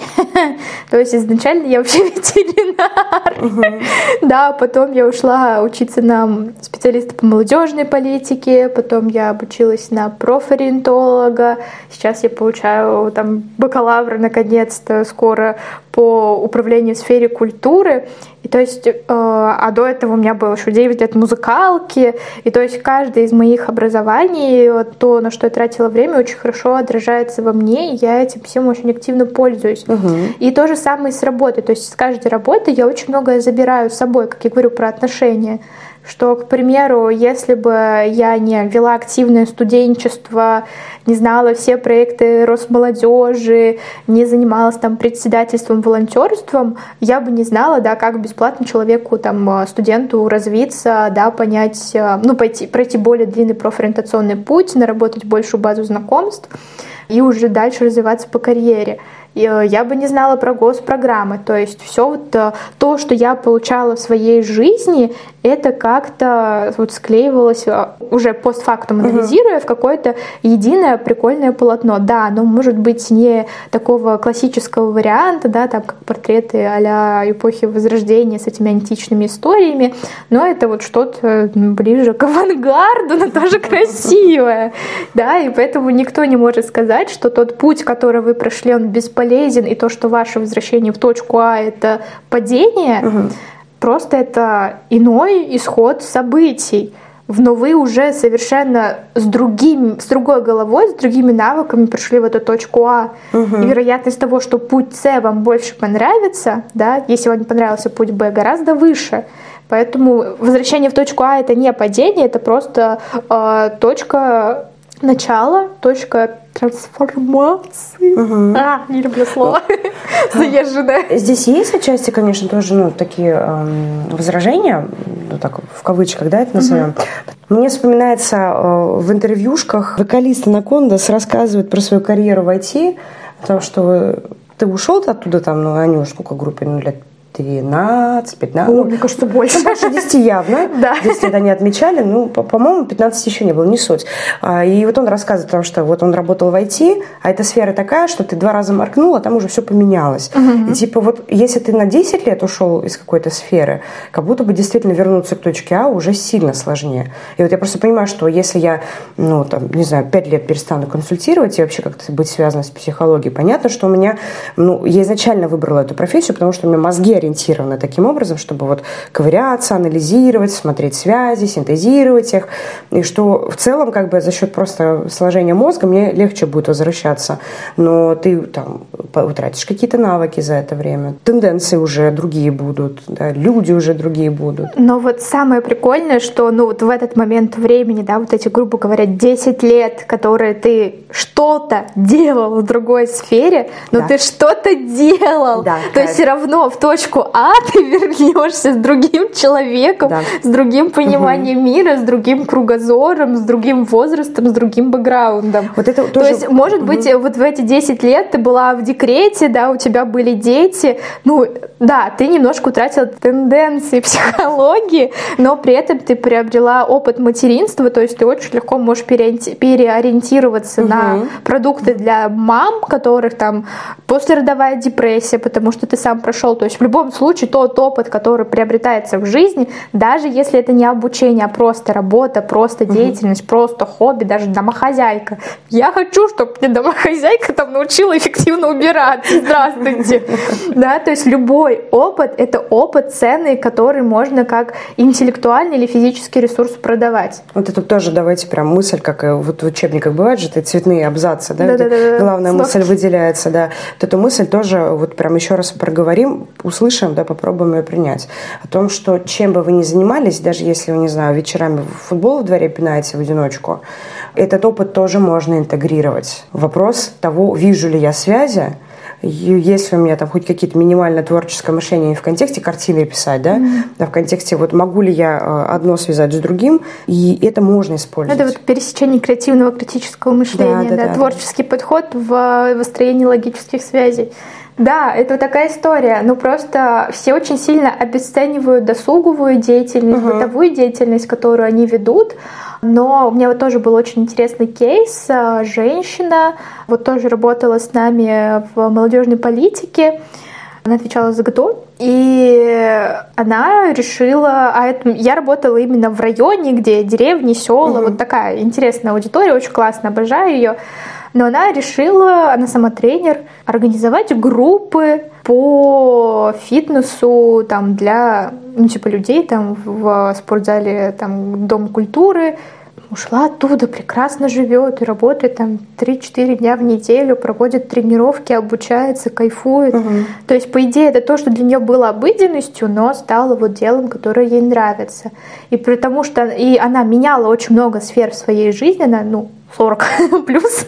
То есть изначально я вообще ветеринар. Uh-huh. Да, потом я ушла учиться на специалиста по молодежной политике, потом я обучилась на профориентолога. Сейчас я получаю там бакалавра наконец-то скоро по управлению в сфере культуры. И то есть, э, а до этого у меня было еще девять лет музыкалки. И то есть каждое из моих образований, то, на что я тратила время, очень хорошо отражается во мне, и я этим всем очень активно пользуюсь. Угу. И то же самое с работой. То есть с каждой работы я очень многое забираю с собой, как я говорю про отношения. Что, к примеру, если бы я не вела активное студенчество, не знала все проекты Росмолодежи, не занималась там председательством, волонтерством, я бы не знала, да, как бесплатно человеку, там, студенту развиться, да, понять, ну, пойти, пройти более длинный профориентационный путь, наработать большую базу знакомств и уже дальше развиваться по карьере. Я бы не знала про госпрограммы. То есть все вот то, что я получала в своей жизни, это как-то вот склеивалось уже постфактум, анализируя, uh-huh. в какое-то единое прикольное полотно. Да, оно может быть не такого классического варианта, да, там как портреты а-ля эпохи Возрождения с этими античными историями, но это вот что-то ближе к авангарду, но тоже красивое. Да, и поэтому никто не может сказать, что тот путь, который вы прошли, он бесполезен, и то, что ваше возвращение в точку А — это падение, угу. просто это иной исход событий. Но вы уже совершенно с, другим, с другой головой, с другими навыками пришли в эту точку А. Угу. И вероятность того, что путь С вам больше понравится, да, если вам не понравился путь Б, гораздо выше. Поэтому возвращение в точку А — это не падение, это просто э, точка начала, точка трансформации. Угу. А, не люблю слово. Заезженное. Здесь есть отчасти, конечно, тоже ну, такие эм, возражения, ну, так, в кавычках, да, это назовем. Угу. Мне вспоминается э, в интервьюшках вокалист Анакондас рассказывает про свою карьеру в ай ти, о том, что ты ушел оттуда, там, ну, они уже сколько группе, ну, лет тринадцать, пятнадцать. О, мне кажется, больше. Больше десяти явно. Да. десять лет они отмечали. Ну, по- по-моему, пятнадцать еще не было, не суть. И вот он рассказывает о том, что вот он работал в ай ти, а эта сфера такая, что ты два раза моргнул, а там уже все поменялось. Угу. И типа вот если ты на десять лет ушел из какой-то сферы, как будто бы действительно вернуться к точке А уже сильно сложнее. И вот я просто понимаю, что если я, ну, там, не знаю, пять лет перестану консультировать и вообще как-то быть связанной с психологией, понятно, что у меня, ну, я изначально выбрала эту профессию, потому что у меня мозги ориентированы таким образом, чтобы вот ковыряться, анализировать, смотреть связи, синтезировать их, и что в целом как бы за счет просто сложения мозга мне легче будет возвращаться, но ты там утратишь какие-то навыки за это время, тенденции уже другие будут, да, люди уже другие будут. Но вот самое прикольное, что ну вот в этот момент времени, да, вот эти, грубо говоря, десять лет, которые ты что-то делал в другой сфере, но да. ты что-то делал, да, то есть все равно в точку А ты вернешься с другим человеком, да. с другим пониманием угу. мира, с другим кругозором, с другим возрастом, с другим бэкграундом. Вот это тоже... То есть, может угу. быть, вот в эти десять лет ты была в декрете, да, у тебя были дети, ну, да, ты немножко утратила тенденции психологии, но при этом ты приобрела опыт материнства, то есть ты очень легко можешь переориентироваться угу. на продукты для мам, которых там послеродовая депрессия, потому что ты сам прошел, то есть в любом любом случае тот опыт, который приобретается в жизни, даже если это не обучение, а просто работа, просто деятельность, угу. просто хобби, даже домохозяйка. Я хочу, чтобы мне домохозяйка там научила эффективно убираться. Здравствуйте. Да, то есть любой опыт — это опыт ценный, который можно как интеллектуальный или физический ресурс продавать. Вот это тоже давайте прям мысль, как вот в учебниках бывает же, это цветные абзацы, да, да, да, да, главная да. мысль выделяется, да. Вот эту мысль тоже вот прям еще раз проговорим, услышим, да, попробуем ее принять. О том, что чем бы вы ни занимались, даже если вы, не знаю, вечерами в футбол в дворе пинаете в одиночку, этот опыт тоже можно интегрировать. Вопрос того, вижу ли я связи, если у меня там хоть какие-то минимально творческое мышление не в контексте картины писать, да, mm-hmm. а в контексте вот могу ли я одно связать с другим, и это можно использовать. Это вот пересечение креативного критического мышления, да, да, да, творческий да. подход в выстроении логических связей. Да, это такая история. Ну, просто все очень сильно обесценивают досуговую деятельность, uh-huh. бытовую деятельность, которую они ведут. Но у меня вот тоже был очень интересный кейс. Женщина вот тоже работала с нами в молодежной политике. Она отвечала за ГТО. И она решила... А это, я работала именно в районе, где деревни, села. Uh-huh. Вот такая интересная аудитория, очень классно, обожаю ее. Но она решила, она сама тренер, организовать группы по фитнесу там, для ну, типа людей там, в спортзале там, Дом культуры. Ушла оттуда, прекрасно живет и работает там три-четыре дня в неделю, проводит тренировки, обучается, кайфует. Угу. То есть, по идее, это то, что для нее было обыденностью, но стало вот делом, которое ей нравится. И потому что и она меняла очень много сфер в своей жизни, она, ну, сорок плюс,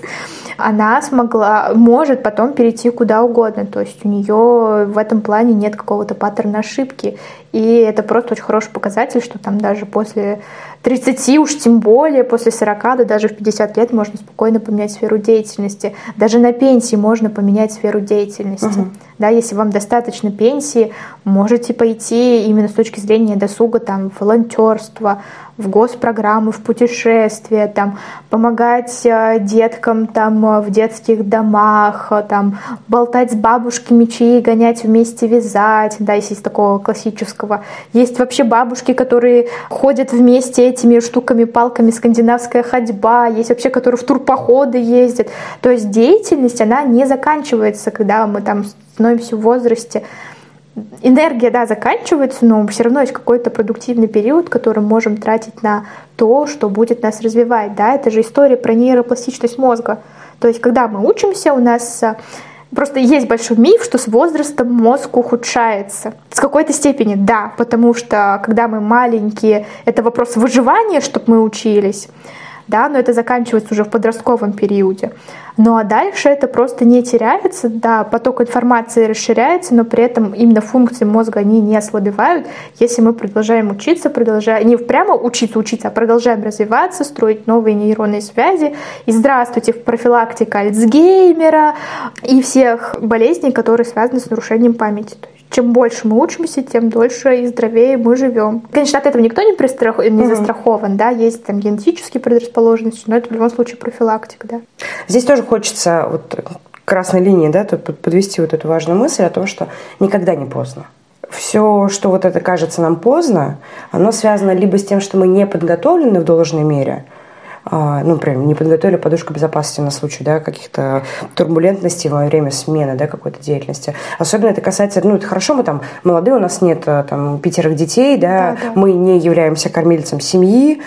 она смогла, может потом перейти куда угодно. То есть у нее в этом плане нет какого-то паттерна ошибки. И это просто очень хороший показатель, что там даже после тридцати, уж тем более после сорока, да даже в пятьдесят лет можно спокойно поменять сферу деятельности. Даже на пенсии можно поменять сферу деятельности. Uh-huh. Да, если вам достаточно пенсии, можете пойти именно с точки зрения досуга там, в волонтерство, в госпрограммы, в путешествия, там, помогать деткам там, в детских домах, там, болтать с бабушками, чаи гонять вместе, вязать, да, если из такого классического. Есть вообще бабушки, которые ходят вместе этими штуками, палками, скандинавская ходьба, есть вообще, которые в турпоходы ездят. То есть деятельность, она не заканчивается, когда мы там становимся в возрасте. Энергия, да, заканчивается, но все равно есть какой-то продуктивный период, который мы можем тратить на то, что будет нас развивать. Да? Это же история про нейропластичность мозга. То есть, когда мы учимся, у нас просто есть большой миф, что с возрастом мозг ухудшается. С какой-то степени, да, потому что, когда мы маленькие, это вопрос выживания, чтобы мы учились. Да, но это заканчивается уже в подростковом периоде. Ну а дальше это просто не теряется, да, поток информации расширяется, но при этом именно функции мозга, они не ослабевают, если мы продолжаем учиться, продолжаем, не прямо учиться учиться, а продолжаем развиваться, строить новые нейронные связи. И здравствуйте, профилактика Альцгеймера и всех болезней, которые связаны с нарушением памяти. То есть, чем больше мы учимся, тем дольше и здоровее мы живем. Конечно, от этого никто не, пристрах... не застрахован, да, есть там генетические предрасположенности, но это в любом случае профилактика, да. Здесь тоже хочется вот красной линии, да, подвести вот эту важную мысль о том, что никогда не поздно. Все, что вот это кажется нам поздно, оно связано либо с тем, что мы не подготовлены в должной мере, ну, например, не подготовили подушку безопасности на случай, да, каких-то турбулентностей во время смены, да, какой-то деятельности. Особенно это касается, ну, это хорошо, мы там молодые, у нас нет там пятерых детей, да, да, да. Мы не являемся кормильцем семьи,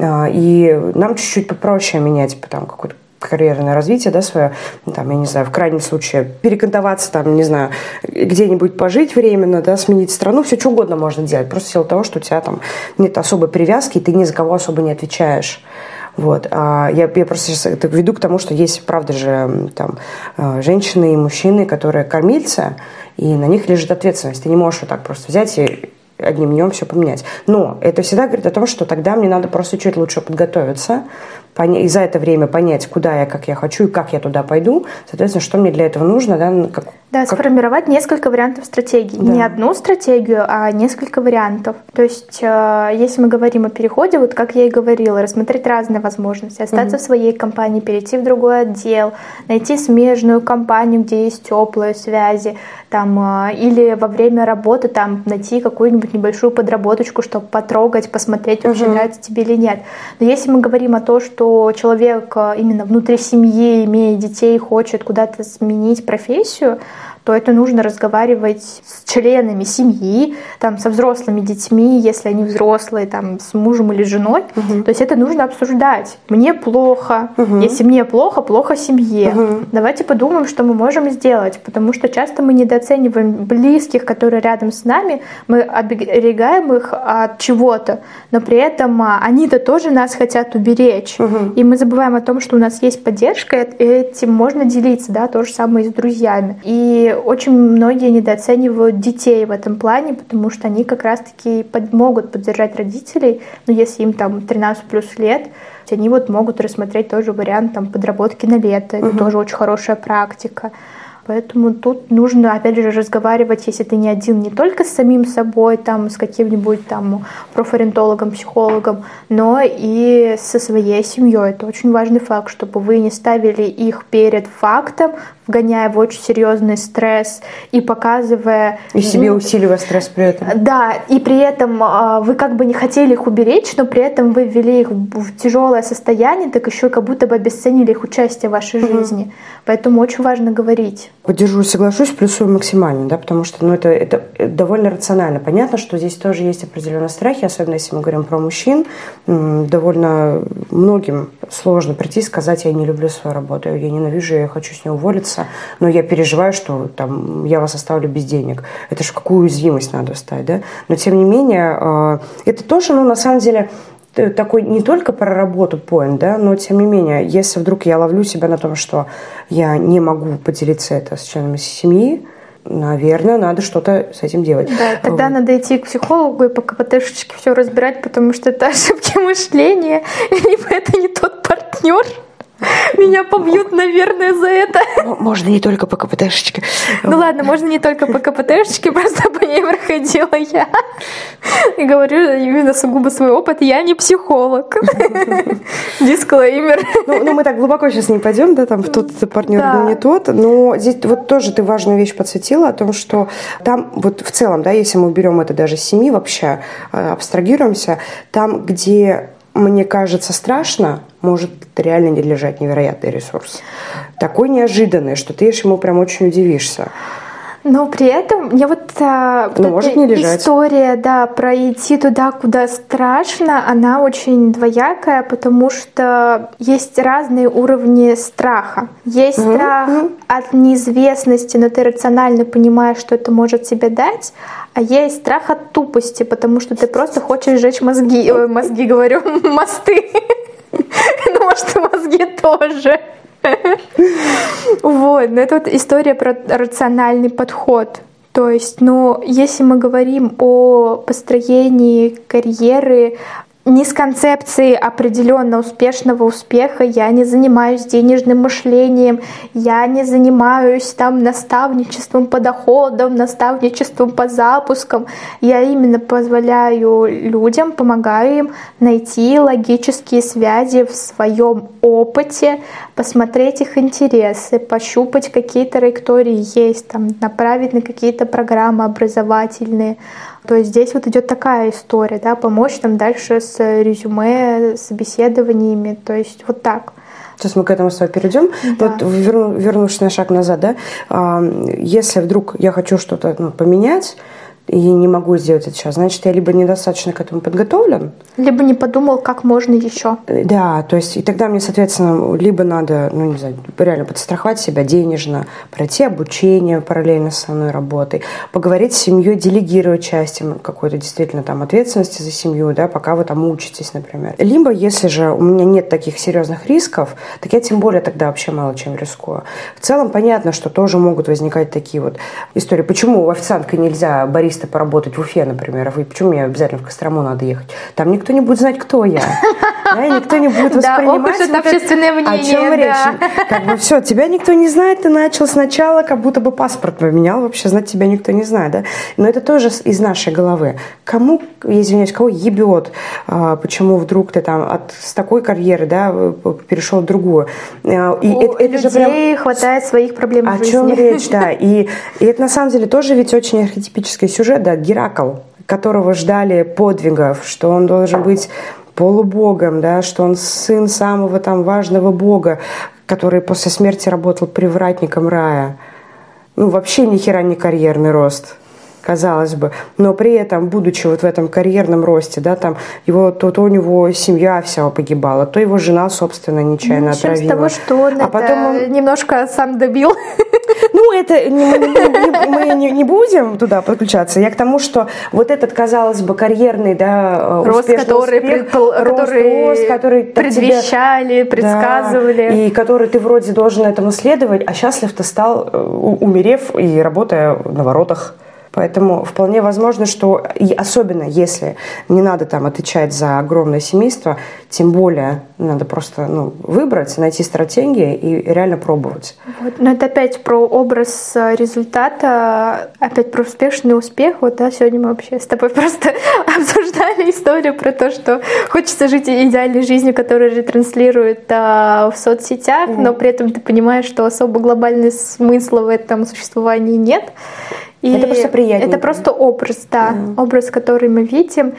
и нам чуть-чуть попроще менять там какой-то карьерное развитие, да, свое, там, я не знаю, в крайнем случае перекантоваться, там, не знаю, где-нибудь пожить временно, да, сменить страну, все что угодно можно делать, просто в силу того, что у тебя там нет особой привязки, и ты ни за кого особо не отвечаешь. Вот. А я, я просто сейчас это веду к тому, что есть, правда же, там, женщины и мужчины, которые кормильцы, и на них лежит ответственность. Ты не можешь вот так просто взять и одним днем все поменять. Но это всегда говорит о том, что тогда мне надо просто чуть лучше подготовиться, и за это время понять, куда я, как я хочу и как я туда пойду, соответственно, что мне для этого нужно, да, как, Да, как... сформировать несколько вариантов стратегий. Да. Не одну стратегию, а несколько вариантов. То есть, если мы говорим о переходе, вот как я и говорила, рассмотреть разные возможности. Остаться угу. в своей компании, перейти в другой отдел, найти смежную компанию, где есть теплые связи, там, или во время работы там, найти какую-нибудь небольшую подработочку, чтобы потрогать, посмотреть, вообще угу. нравится тебе или нет. Но если мы говорим о том, что человек именно внутри семьи, имея детей, хочет куда-то сменить профессию, то это нужно разговаривать с членами семьи, там, со взрослыми детьми, если они взрослые, там, с мужем или женой. Угу. То есть это нужно обсуждать. Мне плохо. Угу. Если мне плохо, плохо семье. Угу. Давайте подумаем, что мы можем сделать. Потому что часто мы недооцениваем близких, которые рядом с нами. Мы оберегаем их от чего-то. Но при этом они-то тоже нас хотят уберечь. Угу. И мы забываем о том, что у нас есть поддержка, и этим можно делиться. Да? То же самое и с друзьями. И очень многие недооценивают детей в этом плане, потому что они как раз-таки под, могут поддержать родителей, но если им там тринадцать плюс лет, они вот могут рассмотреть тоже вариант там, подработки на лето, это угу. тоже очень хорошая практика. Поэтому тут нужно, опять же, разговаривать, если ты не один, не только с самим собой, там, с каким-нибудь там профориентологом, психологом, но и со своей семьей. Это очень важный факт, чтобы вы не ставили их перед фактом, вгоняя в очень серьезный стресс и показывая... И себе усиливая стресс при этом. Да, и при этом вы как бы не хотели их уберечь, но при этом вы ввели их в тяжелое состояние, так еще и как будто бы обесценили их участие в вашей mm-hmm. жизни. Поэтому очень важно говорить. Поддержу, соглашусь, плюсую максимально, да, потому что ну, это, это довольно рационально. Понятно, что здесь тоже есть определенные страхи, особенно если мы говорим про мужчин. Довольно многим сложно прийти и сказать: я не люблю свою работу, я ненавижу, я хочу с ней уволиться, но я переживаю, что там, я вас оставлю без денег. Это же в какую уязвимость надо встать, да? Но тем не менее, это тоже, ну, на самом деле, такой не только про работу поинт, да, но тем не менее, если вдруг я ловлю себя на том, что я не могу поделиться это с членами семьи, наверное, надо что-то с этим делать. Да, тогда вот. Надо идти к психологу и по КПТшечке все разбирать, потому что это ошибки мышления, либо это не тот партнер. Меня побьют, наверное, за это. Можно не только по КПТшечке. Ну ладно, можно не только по КПТшечке, просто по ней проходила я. И говорю именно сугубо свой опыт. Я не психолог. Дисклеймер. Ну, ну, мы так глубоко сейчас не пойдем, да, там тот партнер да. был не тот. Но здесь вот тоже ты важную вещь подсветила о том, что там вот в целом, да, если мы уберем это даже с семьи вообще, абстрагируемся, там, где мне кажется страшно, может реально не лежать невероятный ресурс. Такой неожиданный, что ты ему прям очень удивишься. Но при этом мне вот, а, вот ну, эта история, да, про идти туда, куда страшно, она очень двоякая, потому что есть разные уровни страха. Есть mm-hmm. страх mm-hmm. от неизвестности, но ты рационально понимаешь, что это может тебе дать, а есть страх от тупости, потому что ты просто хочешь сжечь мозги, ой, мозги говорю, мосты. Ну, может, и мозги тоже. Вот, но это вот история про рациональный подход. То есть, ну, если мы говорим о построении карьеры не с концепцией определенно успешного успеха, я не занимаюсь денежным мышлением, я не занимаюсь там наставничеством по доходам, наставничеством по запускам. Я именно позволяю людям, помогаю им найти логические связи в своем опыте, посмотреть их интересы, пощупать какие траектории есть, там, направить на какие-то программы образовательные. То есть здесь вот идет такая история, да, помочь там дальше с резюме, собеседованиями, то есть вот так. Сейчас мы к этому с тобой перейдем. Да. Вот верну, вернувшись на шаг назад, да, если вдруг я хочу что-то ну, поменять, и не могу сделать это сейчас, значит, я либо недостаточно к этому подготовлен, либо не подумал, как можно еще. Да, то есть и тогда мне, соответственно, либо надо, ну, не знаю, реально подстраховать себя денежно, пройти обучение параллельно с основной работой, поговорить с семьей, делегировать часть какой-то действительно там ответственности за семью, да, пока вы там учитесь, например. Либо, если же у меня нет таких серьезных рисков, так я тем более тогда вообще мало чем рискую. В целом понятно, что тоже могут возникать такие вот истории. Почему официанткой нельзя, баристой солисты поработать в Уфе, например, вы, почему мне обязательно в Кострому надо ехать? Там никто не будет знать, кто я. Да, никто не будет воспринимать. Да, это общественное мнение. О чем речь? Как бы все, тебя никто не знает, ты начал сначала, как будто бы паспорт поменял, вообще знать тебя никто не знает, да? Но это тоже из нашей головы. Кому, извиняюсь, кого ебет, почему вдруг ты там от, с такой карьеры, да, перешел в другую? И У это, это людей же прям... хватает своих проблем в жизни. О чем речь, да. И, и это на самом деле тоже ведь очень архетипический сюжет, да, Геракл, которого ждали подвигов, что он должен быть полубогом, да, что он сын самого там важного бога, который после смерти работал привратником рая. Ну, вообще ни хера не карьерный рост, казалось бы. Но при этом, будучи вот в этом карьерном росте, да, там его, то, то у него семья вся погибала, то его жена, собственно, нечаянно ну, отравила. С того, что он а это потом он... немножко сам добил. Ну, это не, мы, не, мы не, не будем туда подключаться. Я к тому, что вот этот, казалось бы, карьерный, да, рост, который, успех, предпол... рост, который, рост, который предвещали, тебе, предсказывали. Да, и который ты вроде должен этому следовать, а счастлив ты стал, умерев и работая на воротах. Поэтому вполне возможно, что, и особенно если не надо там отвечать за огромное семейство, тем более надо просто ну, выбрать, найти стратегии и реально пробовать. Вот. Но это опять про образ результата, опять про успешный успех. Вот, да, сегодня мы вообще с тобой просто обсуждали историю про то, что хочется жить идеальной жизнью, которую ретранслируют а, в соцсетях, mm-hmm. но при этом ты понимаешь, что особо глобального смысла в этом существовании нет. И это просто приятнее. Это просто образ, да, mm. образ, который мы видим.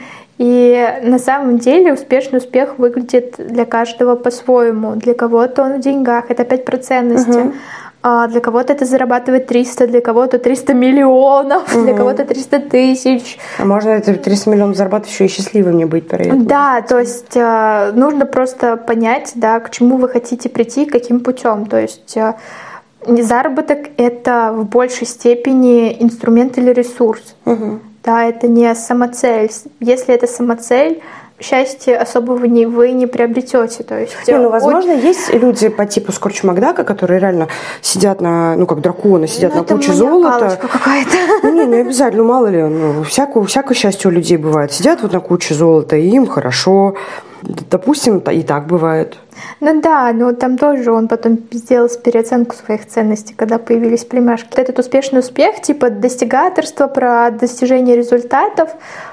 И на самом деле успешный успех выглядит для каждого по-своему. Для кого-то он в деньгах, это опять про ценности. Mm-hmm. А для кого-то это зарабатывать триста, для кого-то триста миллионов, mm-hmm. для кого-то триста тысяч. А можно это триста миллионов зарабатывать еще и счастливым не быть при этом. Да, то есть э, нужно просто понять, да, к чему вы хотите прийти, каким путем. То есть э, заработок — это в большей степени инструмент или ресурс. Угу. Да, это не самоцель. Если это самоцель, счастья особого не, вы не приобретете. То есть, не, ну, возможно, от... есть люди по типу Скорч Макдака, которые реально сидят на, ну, как драконы, сидят ну, на куче золота. Какая-то. Не, не обязательно, ну, мало ли, ну, всякое, всякое счастье у людей бывает. Сидят вот на куче золота, и им хорошо. Допустим, и так бывает. Ну да, но там тоже он потом сделал переоценку своих ценностей, когда появились племяшки. Этот успешный успех, типа достигаторство, про достижение результатов,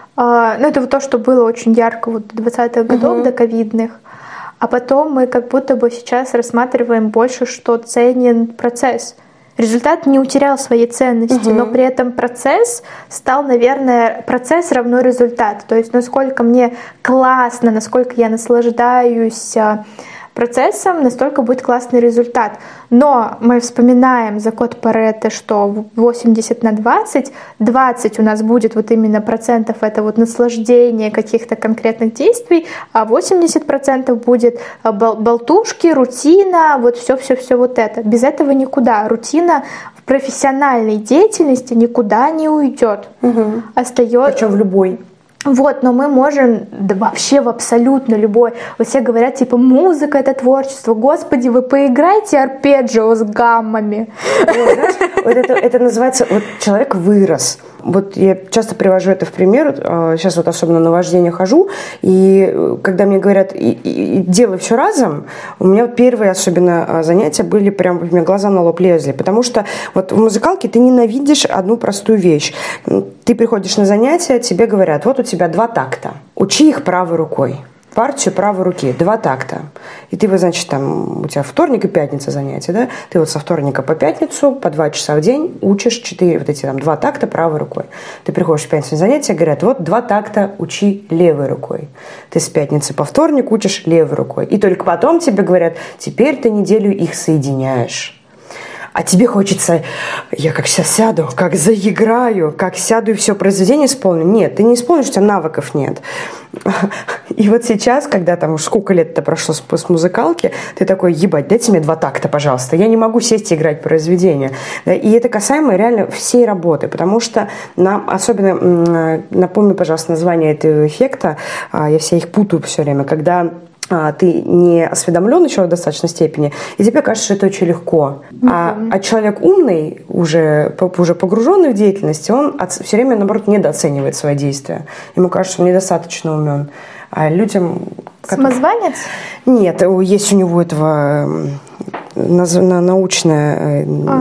э, ну это вот то, что было очень ярко вот до двадцатых годов, угу. до ковидных. А потом мы как будто бы сейчас рассматриваем больше, что ценен процесс. Результат не утерял своей ценности, угу. но при этом процесс стал, наверное, процесс равно результат. То есть насколько мне классно, насколько я наслаждаюсь процессом, настолько будет классный результат. Но мы вспоминаем закон Паретто, что восемьдесят на двадцать, двадцать у нас будет вот именно процентов это вот наслаждение каких-то конкретных действий, а восемьдесят процентов будет болтушки, рутина, вот все-все-все вот это. Без этого никуда. Рутина в профессиональной деятельности никуда не уйдет. Угу. Остается... Причем в любой. Вот, но мы можем, да вообще в абсолютно любой. Вот все говорят, типа, музыка — это творчество. Господи, вы поиграйте арпеджио с гаммами. Вот, знаешь, вот это, это называется, вот человек вырос. Вот я часто привожу это в пример. Сейчас вот особенно на вождение хожу, и когда мне говорят, и, и, и делай все разом, у меня первые особенно занятия были прям, у меня глаза на лоб лезли, потому что вот в музыкалке ты ненавидишь одну простую вещь. Ты приходишь на занятия, тебе говорят, вот у тебя два такта, учи их правой рукой. Партию правой руки, два такта. И ты, вот, значит, там у тебя вторник и пятница занятия, да? Ты вот со вторника по пятницу по два часа в день учишь четыре, вот эти там два такта правой рукой. Ты приходишь в пятницу на занятия, говорят, вот два такта учи левой рукой. Ты с пятницы по вторник учишь левой рукой. И только потом тебе говорят, теперь ты неделю их соединяешь. А тебе хочется, я как сейчас сяду, как заиграю, как сяду и все произведение исполню. Нет, ты не исполнишь, у тебя навыков нет. И вот сейчас, когда там уж сколько лет-то прошло с, с музыкалки, ты такой, ебать, дайте мне два такта, пожалуйста. Я не могу сесть и играть произведение. И это касаемо реально всей работы, потому что нам, особенно, напомню, пожалуйста, название этого эффекта, я все их путаю все время, когда а, ты не осведомлен еще в достаточной степени, и тебе кажется, что это очень легко. Mm-hmm. А, а человек умный, уже, уже погруженный в деятельность, он от, все время, наоборот, недооценивает свои действия. Ему кажется, что он недостаточно умен. А людям... Самозванец? Нет, есть у него этого... научное, а.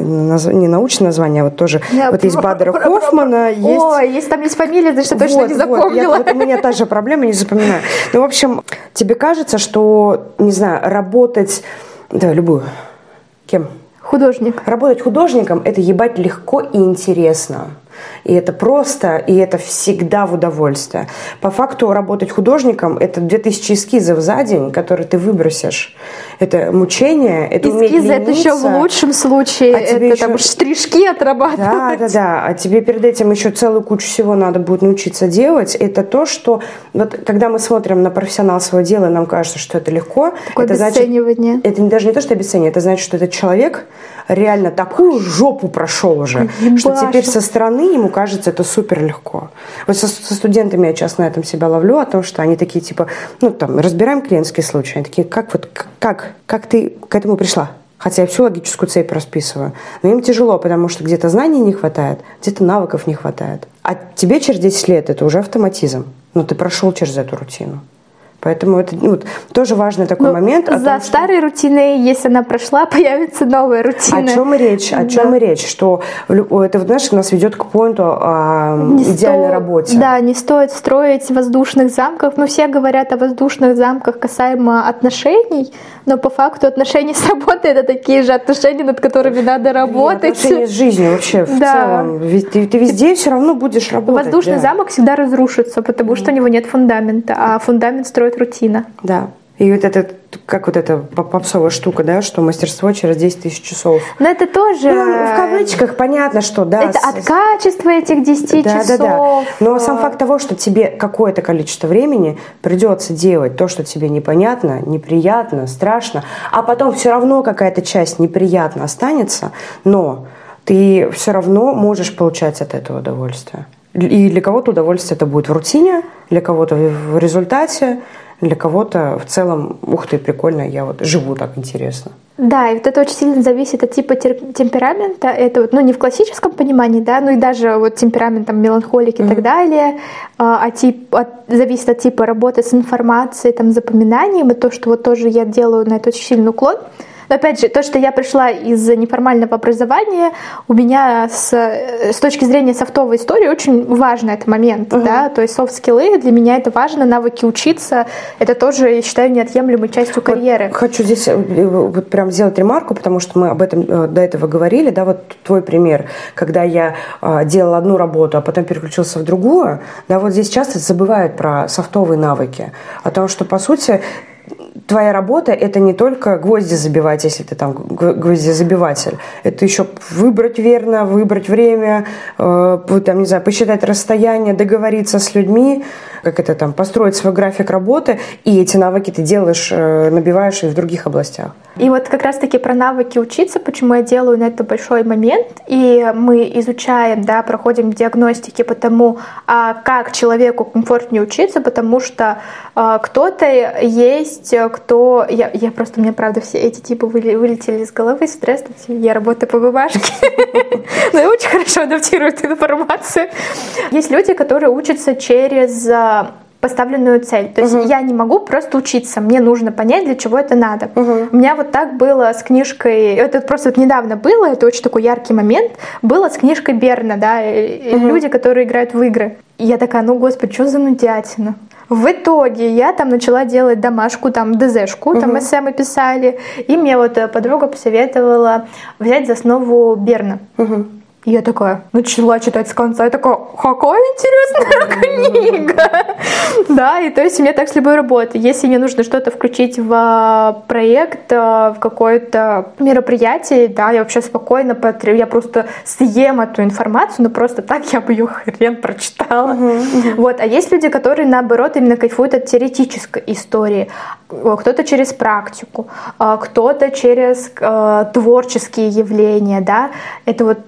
не научное название, а вот тоже я вот есть Бадера Хоффмана. Есть... Ой, если там есть фамилия, значит, я точно вот, не запомнила. Вот, я, вот у меня та же проблема, не запоминаю. Ну, в общем, тебе кажется, что, не знаю, работать... Давай, любую. Кем? Художник. Работать художником – это ебать легко и интересно. И это просто, и это всегда в удовольствие. По факту работать художником – это две тысячи эскизов за день, которые ты выбросишь. Это мучение, это эскизы – это еще в лучшем случае, а это еще... там штришки отрабатывать. Да, да, да. А тебе перед этим еще целую кучу всего надо будет научиться делать. Это то, что… Вот когда мы смотрим на профессионала своего дела, нам кажется, что это легко. Такое это обесценивание. Значит, это даже не то, что обесценивание, это значит, что этот человек реально такую жопу прошел уже, Ебашу. Что теперь со стороны ему кажется это супер легко. Вот со, со студентами я часто на этом себя ловлю, о том, что они такие типа, ну там, разбираем клиентский случай, они такие, как вот, как, как ты к этому пришла? Хотя я всю логическую цепь расписываю. Но им тяжело, потому что где-то знаний не хватает, где-то навыков не хватает. А тебе через десять лет это уже автоматизм. Но ты прошел через эту рутину. Поэтому это ну, тоже важный такой Но момент. За том, старой что... рутиной, если она прошла, появится новая рутина. О чем и речь? О чем да. и речь? Что это, знаешь, нас ведет к поинту о идеальной сто... работе. Да, не стоит строить воздушных замков. Ну, все говорят о воздушных замках касаемо отношений, но по факту отношения с работой — это такие же отношения, над которыми надо работать. И отношения с жизнью вообще в да. целом. Ты, ты везде все равно будешь работать. Воздушный да. замок всегда разрушится, потому что у него нет фундамента, а фундамент строит рутина. Да. И вот это, как вот эта попсовая штука, да, что мастерство через десять тысяч часов. Но это тоже... Ну, в кавычках понятно, что, да. Это от качества этих десяти да, часов. Да, да. Но сам факт того, что тебе какое-то количество времени придется делать то, что тебе непонятно, неприятно, страшно, а потом все равно какая-то часть неприятно останется, но ты все равно можешь получать от этого удовольствие. И для кого-то удовольствие это будет в рутине, для кого-то в результате, для кого-то в целом, ух ты, прикольно, я вот живу так интересно. Да, и вот это очень сильно зависит от типа темперамента. Это вот, ну, не в классическом понимании, да, ну и даже вот темпераментом меланхолики mm-hmm. и так далее. А, тип, от, зависит от типа работы с информацией, там, запоминанием. И то, что вот тоже я делаю на это очень сильный уклон. Но опять же, то, что я пришла из неформального образования, у меня с, с точки зрения софтовой истории очень важный этот момент. Uh-huh. Да? То есть софт-скиллы для меня это важно, навыки учиться, это тоже, я считаю, неотъемлемой частью вот карьеры. Хочу здесь вот прям сделать ремарку, потому что мы об этом до этого говорили. Да, вот твой пример, когда я делала одну работу, а потом переключился в другую, да, вот здесь часто забывают про софтовые навыки. О том, что, по сути, твоя работа – это не только гвозди забивать, если ты там гвоздезабиватель. Это еще выбрать верно, выбрать время, э, там, не знаю, посчитать расстояние, договориться с людьми, как это там, построить свой график работы. И эти навыки ты делаешь, э, набиваешь и в других областях. И вот как раз-таки про навыки учиться, почему я делаю на это большой момент. И мы изучаем, да, проходим диагностики по тому, а как человеку комфортнее учиться, потому что э, кто-то есть, кто... Я, я просто, у меня, правда, все эти типы вылетели из головы, стресс, я работаю по бумажке, но я очень хорошо адаптирую эту информацию. Есть люди, которые учатся через поставленную цель. То есть uh-huh. я не могу просто учиться, мне нужно понять, для чего это надо. Uh-huh. У меня вот так было с книжкой, это просто вот недавно было, это очень такой яркий момент, было с книжкой Берна, да, uh-huh. люди, которые играют в игры. И я такая, ну, господи, что за нудятина? В итоге я там начала делать домашку, там ДЗшку, uh-huh. там эссе мы писали, и мне вот подруга посоветовала взять за основу Берна. Uh-huh. И я такая начала читать с конца, я такая, какая интересная книга! Да, и то есть у меня так с любой работой. Если мне нужно что-то включить в проект, в какое-то мероприятие, да, я вообще спокойно потребую, я просто съем эту информацию, но просто так я бы ее хрен прочитала. Uh-huh, uh-huh. Вот. А есть люди, которые, наоборот, именно кайфуют от теоретической истории. Кто-то через практику, кто-то через творческие явления, да. Это вот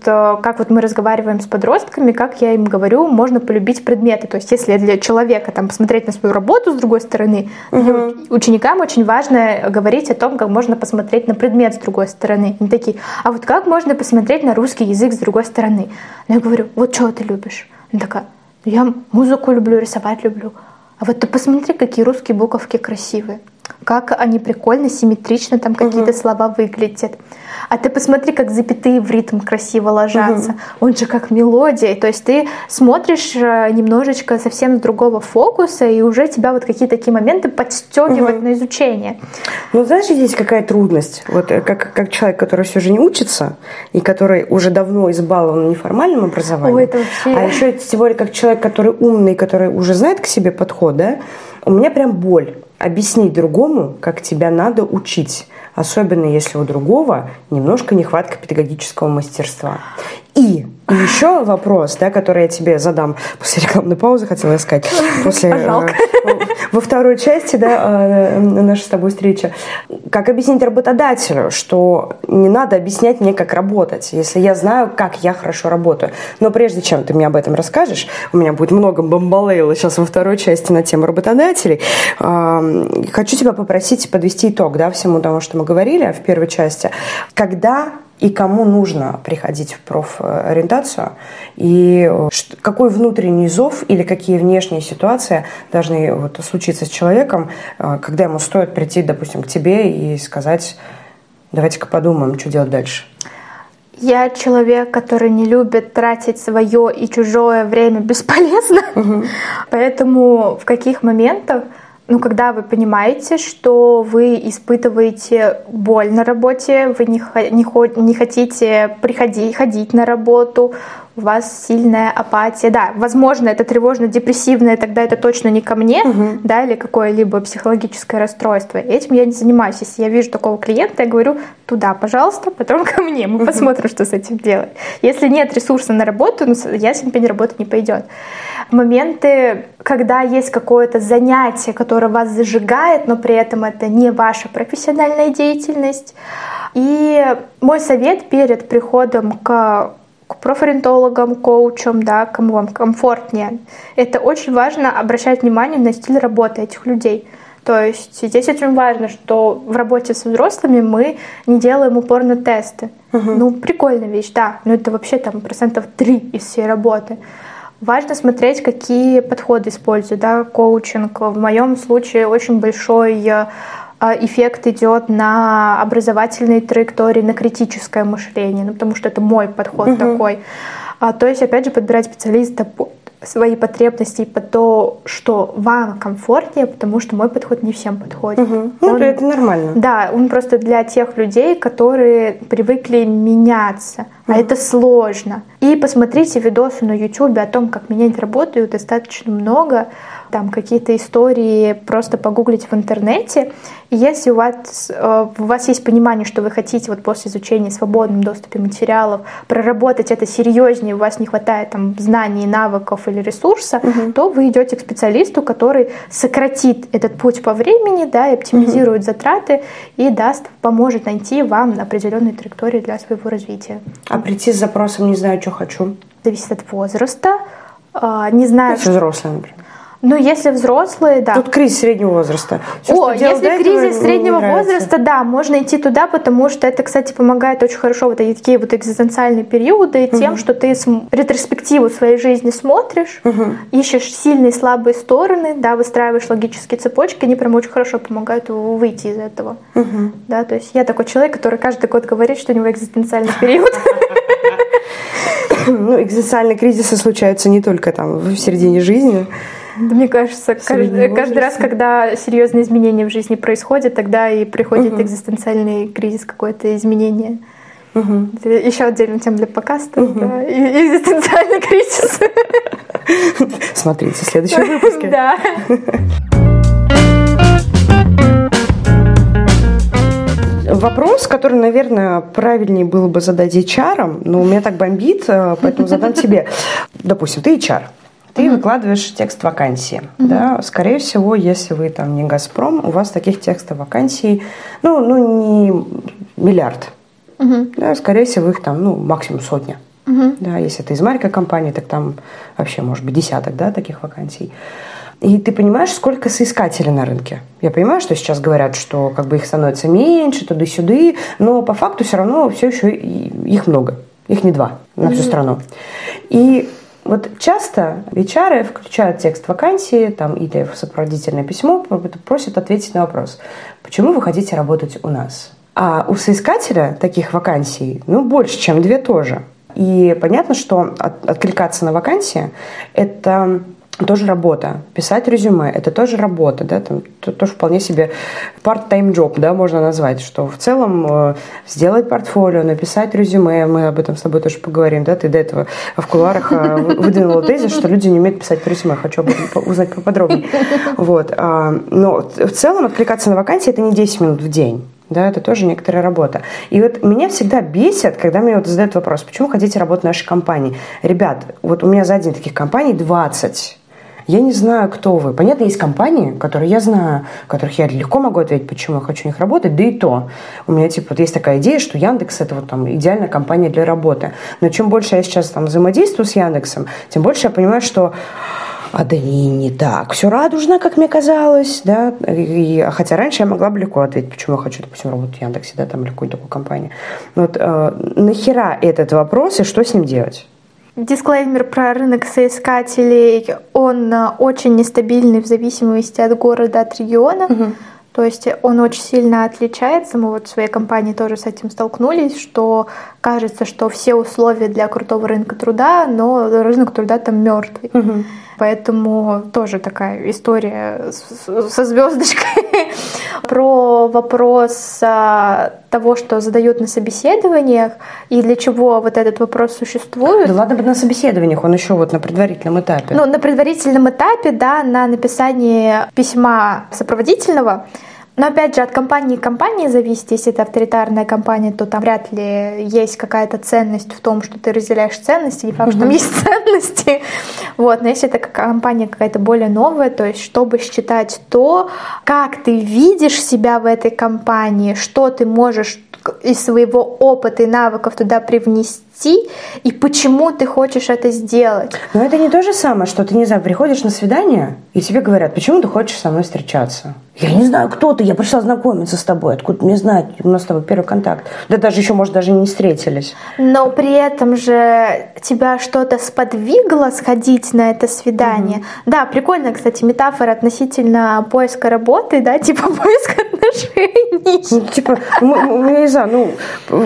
как вот мы разговариваем с подростками, как я им говорю, можно полюбить предметы. То есть если для человека там, посмотреть на свою работу с другой стороны, угу. ученикам очень важно говорить о том, как можно посмотреть на предмет с другой стороны. Они такие, а вот как можно посмотреть на русский язык с другой стороны? Я говорю, вот что ты любишь? Она такая, я музыку люблю, рисовать люблю. А вот ты посмотри, какие русские буковки красивые. Как они прикольно, симметрично там какие-то угу. слова выглядят. А ты посмотри, как запятые в ритм красиво ложатся. Угу. Он же как мелодия. То есть ты смотришь немножечко совсем с другого фокуса, и уже тебя вот какие-то такие моменты подстегивают угу. на изучение. Ну, знаешь, здесь какая трудность? Вот как, как человек, который все же не учится, и который уже давно избалован неформальным образованием. Ой, это вообще... А еще тем более как человек, который умный, который уже знает к себе подход, да? У меня прям боль объяснить другому, как тебя надо учить. Особенно если у другого немножко нехватка педагогического мастерства. И еще вопрос, да, который я тебе задам после рекламной паузы, хотела сказать. После, Жалко. Во второй части да, нашей с тобой встречи. Как объяснить работодателю, что не надо объяснять мне, как работать, если я знаю, как я хорошо работаю. Но прежде чем ты мне об этом расскажешь, у меня будет много бомбалейла сейчас во второй части на тему работодателей. Хочу тебя попросить подвести итог, да, всему тому, что мы говорили в первой части. Когда и кому нужно приходить в профориентацию, и какой внутренний зов или какие внешние ситуации должны вот случиться с человеком, когда ему стоит прийти, допустим, к тебе и сказать, давайте-ка подумаем, что делать дальше. Я человек, который не любит тратить свое и чужое время бесполезно, угу. поэтому в каких моментах, ну, когда вы понимаете, что вы испытываете боль на работе, вы не, не, не хотите приходить, ходить на работу, у вас сильная апатия. Да, возможно, это тревожно-депрессивное, тогда это точно не ко мне, угу. да, или какое-либо психологическое расстройство. Этим я не занимаюсь. Если я вижу такого клиента, я говорю, туда, пожалуйста, потом ко мне, мы угу. посмотрим, что с этим делать. Если нет ресурса на работу, ну, ясен пень, работа не пойдет. Моменты, когда есть какое-то занятие, которое вас зажигает, но при этом это не ваша профессиональная деятельность. И мой совет перед приходом к к профориентологам, коучам, да, кому вам комфортнее. Это очень важно обращать внимание на стиль работы этих людей. То есть здесь очень важно, что в работе с взрослыми мы не делаем упор на тесты. Угу. Ну, прикольная вещь, да, но это вообще там процентов три из всей работы. Важно смотреть, какие подходы используют, да, коучинг. В моем случае очень большой эффект идет на образовательные траектории, на критическое мышление, ну, потому что это мой подход uh-huh. такой. А, то есть, опять же, подбирать специалиста под свои потребности и под то, что вам комфортнее, потому что мой подход не всем подходит. Uh-huh. Ну, он, это нормально. Да, он просто для тех людей, которые привыкли меняться, uh-huh. а это сложно. И посмотрите видосы на YouTube о том, как менять работу, их достаточно много. Там какие-то истории просто погуглить в интернете. И если у вас, у вас есть понимание, что вы хотите вот после изучения в свободном доступе материалов проработать это серьезнее, у вас не хватает там знаний, навыков или ресурса, угу. то вы идете к специалисту, который сократит этот путь по времени, да, и оптимизирует угу. затраты и даст, поможет найти вам определенные траектории для своего развития. А прийти с запросом «не знаю, что хочу»? Зависит от возраста. Не знаю, если взрослый, например. Ну, если взрослые, да. Тут кризис среднего возраста. Все, О, если кризис среднего возраста, да, можно идти туда, потому что это, кстати, помогает очень хорошо вот такие вот экзистенциальные периоды тем, угу. что ты ретроспективу своей жизни смотришь, угу. ищешь сильные и слабые стороны, да, выстраиваешь логические цепочки, они прям очень хорошо помогают выйти из этого. Угу. Да, то есть я такой человек, который каждый год говорит, что у него экзистенциальный период. Ну, экзистенциальные кризисы случаются не только там в середине жизни. Да, мне кажется, каждый, каждый раз, когда серьезные изменения в жизни происходят, тогда и приходит угу. экзистенциальный кризис, какое-то изменение. Угу. Еще отдельная тема для подкаста. Угу. Да, и экзистенциальный кризис. Смотрите в следующем выпуске. Да. Вопрос, который, наверное, правильнее было бы задать эйч ар, но у меня так бомбит, поэтому задам тебе. Допустим, ты эйч ар. Ты mm-hmm. выкладываешь текст вакансии. Mm-hmm. Да? Скорее всего, если вы там не «Газпром», у вас таких текстов вакансий, ну, ну не миллиард. Mm-hmm. Да? Скорее всего, их там ну, максимум сотня. Mm-hmm. Угу. Да, если это из маленькой компании, так там вообще может быть десяток, да, таких вакансий. И ты понимаешь, сколько соискателей на рынке. Я понимаю, что сейчас говорят, что как бы их становится меньше, туды-сюды, но по факту все равно все еще их много. Их не два на всю mm-hmm. страну. И вот часто эйч ар включают текст вакансии там, или в сопроводительное письмо, просят ответить на вопрос, почему вы хотите работать у нас? А у соискателя таких вакансий ну, больше, чем две тоже. И понятно, что от, откликаться на вакансии – это тоже работа. Писать резюме – это тоже работа, да, там тоже вполне себе part-time job, да, можно назвать, что в целом э, сделать портфолио, написать резюме, мы об этом с тобой тоже поговорим, да, ты до этого в кулуарах э, выдвинула тезис, что люди не умеют писать резюме, хочу об этом узнать поподробнее. Вот, э, но в целом откликаться на вакансии – это не десять минут в день. Да, это тоже некоторая работа. И вот меня всегда бесит, когда мне вот задают вопрос, почему хотите работать в нашей компании? Ребят, вот у меня за день таких компаний двадцать. Я не знаю, кто вы. Понятно, есть компании, которые я знаю, в которых я легко могу ответить, почему я хочу в них работать, да и то. У меня типа вот есть такая идея, что Яндекс – это вот там идеальная компания для работы. Но чем больше я сейчас там взаимодействую с Яндексом, тем больше я понимаю, что а да и не так. Все радужно, как мне казалось, да. И, хотя раньше я могла бы легко ответить, почему я хочу, допустим, работать в Яндексе, да, там или какой-то такой компании. Вот э, нахера этот вопрос и что с ним делать? Дисклеймер про рынок соискателей. Он очень нестабильный в зависимости от города, от региона. Угу. То есть он очень сильно отличается. Мы вот в своей компании тоже с этим столкнулись, что кажется, что все условия для крутого рынка труда, но рынок труда там мертвый. Угу. Поэтому тоже такая история со звездочкой про вопрос того, что задают на собеседованиях и для чего вот этот вопрос существует. Да ладно бы на собеседованиях, он еще вот на предварительном этапе. Ну, на предварительном этапе, да, на написание письма сопроводительного. Но опять же, от компании к компании зависит. Если это авторитарная компания, то там вряд ли есть какая-то ценность в том, что ты разделяешь ценности. Не факт, что там есть ценности. Вот. Но если это компания какая-то более новая, то есть чтобы считать то, как ты видишь себя в этой компании, что ты можешь из своего опыта и навыков туда привнести, и почему ты хочешь это сделать. Но это не то же самое, что ты, не знаю, приходишь на свидание, и тебе говорят, почему ты хочешь со мной встречаться? Я не знаю, кто ты, я пришла знакомиться с тобой, откуда мне знать, у нас с тобой первый контакт. Да даже еще, может, даже не встретились. Но при этом же тебя что-то сподвигло сходить на это свидание. Угу. Да, прикольно, кстати, метафора относительно поиска работы, да, типа поиска отношений. Ну, типа, я не знаю, ну,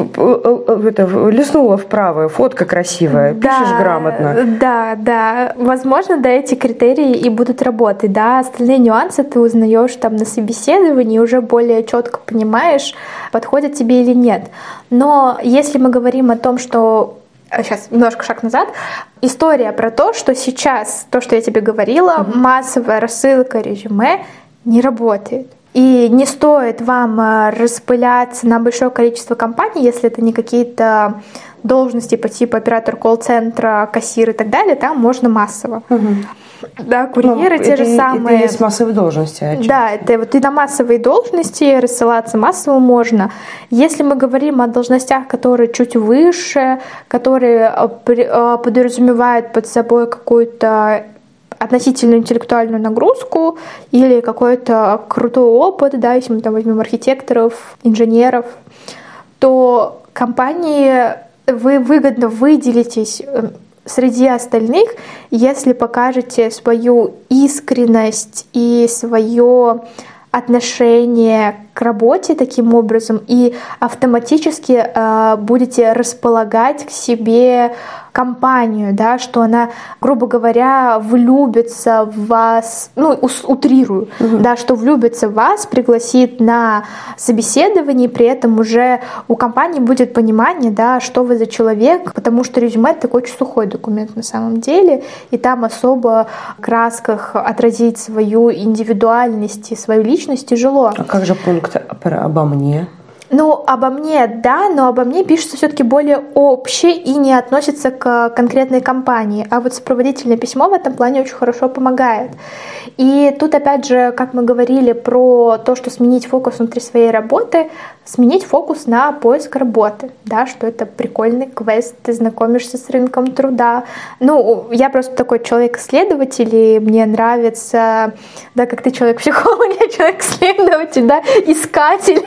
это, листнула вправо, фотка красивая, да, пишешь грамотно. Да, да, возможно, да, эти критерии и будут работать, да, остальные нюансы ты узнаешь там на собеседовании, уже более четко понимаешь, подходит тебе или нет. Но если мы говорим о том, что сейчас немножко шаг назад, история про то, что сейчас то, что я тебе говорила, mm-hmm. массовая рассылка резюме не работает. И не стоит вам распыляться на большое количество компаний, если это не какие-то должности по типу оператор колл-центра, кассир и так далее, там можно массово. Угу. Да, курьеры ну, те это, же самые. Это есть массовые должности. Да, это вот и на массовые должности рассылаться массово можно. Если мы говорим о должностях, которые чуть выше, которые подразумевают под собой какую-то относительную интеллектуальную нагрузку или какой-то крутой опыт, да, если мы там возьмем архитекторов, инженеров, то компании вы выгодно выделитесь среди остальных, если покажете свою искренность и свое отношение к работе таким образом и автоматически э, будете располагать к себе компанию, да, что она, грубо говоря, влюбится в вас, ну, утрирую, угу. да, что влюбится в вас, пригласит на собеседование, при этом уже у компании будет понимание, да, что вы за человек, потому что резюме — это такой очень сухой документ на самом деле, и там особо в красках отразить свою индивидуальность и свою личность тяжело. А как же пункт обо мне? Ну, обо мне, да, но обо мне пишется все-таки более обще и не относится к конкретной компании. А вот сопроводительное письмо в этом плане очень хорошо помогает. И тут, опять же, как мы говорили про то, что сменить фокус внутри своей работы, сменить фокус на поиск работы, да, что это прикольный квест, ты знакомишься с рынком труда. Ну, я просто такой человек-исследователь, и мне нравится, да, как ты человек-психолог, я человек-исследователь, да, искатель,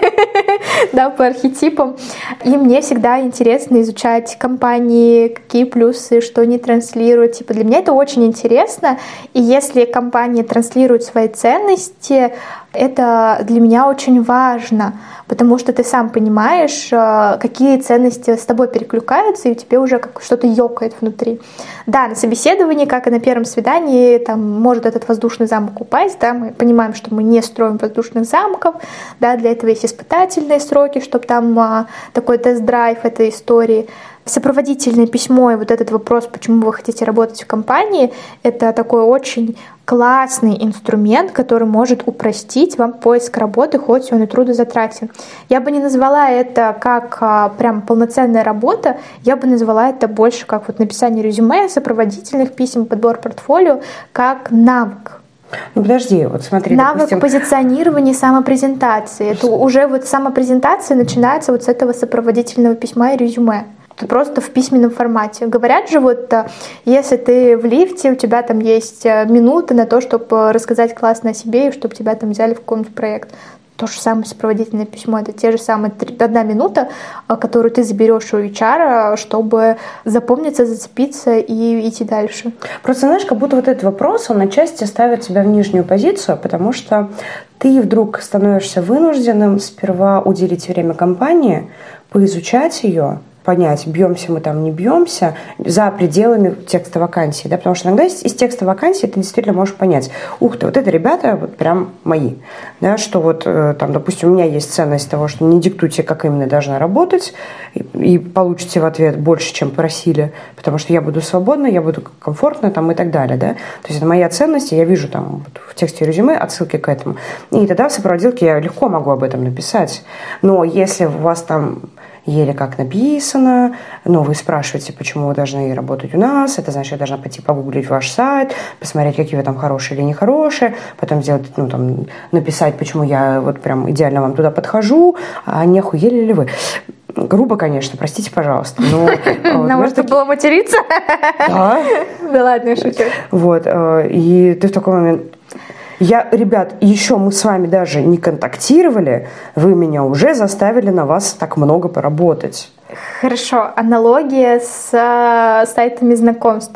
да, по архетипам. И мне всегда интересно изучать компании, какие плюсы, что они транслируют. Типа для меня это очень интересно, и если компания транслирует свои ценности, это для меня очень важно, потому что ты сам понимаешь, какие ценности с тобой перекликаются, и у тебя уже как что-то ёкает внутри. Да, на собеседовании, как и на первом свидании, там может этот воздушный замок упасть, да, мы понимаем, что мы не строим воздушных замков, да, для этого есть испытательные сроки, чтобы там а, такой тест-драйв этой истории. Сопроводительное письмо и вот этот вопрос, почему вы хотите работать в компании, это такой очень классный инструмент, который может упростить вам поиск работы, хоть он и трудозатратен. Я бы не назвала это как а, прям полноценная работа, я бы назвала это больше как вот написание резюме, сопроводительных писем, подбор портфолио, как навык. Ну подожди, вот смотри, навык допустим... позиционирования, самопрезентации. Это уже вот самопрезентация начинается вот с этого сопроводительного письма и резюме. Просто в письменном формате. Говорят же, вот если ты в лифте, у тебя там есть минута на то, чтобы рассказать классно о себе, и чтобы тебя там взяли в какой-нибудь проект. То же самое сопроводительное письмо. Это те же самые три, одна минута, которую ты заберешь у эйч ар, чтобы запомниться, зацепиться и идти дальше. Просто, знаешь, как будто вот этот вопрос, он отчасти ставит тебя в нижнюю позицию, потому что ты вдруг становишься вынужденным сперва уделить время компании, поизучать ее, понять, бьемся мы там, не бьемся, за пределами текста вакансии, да, потому что иногда из, из текста вакансии ты действительно можешь понять, ух ты, вот это ребята вот прям мои, да, что вот там, допустим, у меня есть ценность того, что не диктуйте, как именно должна работать, и, и получите в ответ больше, чем просили, потому что я буду свободна, я буду комфортна там и так далее, да, то есть это моя ценность, и я вижу там вот, в тексте резюме отсылки к этому, и тогда в сопроводилке я легко могу об этом написать, но если у вас там еле как написано, но вы спрашиваете, почему вы должны работать у нас, это значит, я должна пойти погуглить ваш сайт, посмотреть, какие вы там хорошие или нехорошие, потом сделать, ну, там, написать, почему я вот прям идеально вам туда подхожу, а не охуели ли вы. Грубо, конечно, простите, пожалуйста. Нам можно было материться? Да. Да ладно, я шучу. Вот, и ты в такой момент... Я, ребят, еще мы с вами даже не контактировали, вы меня уже заставили на вас так много поработать. Хорошо, аналогия с э, сайтами знакомств.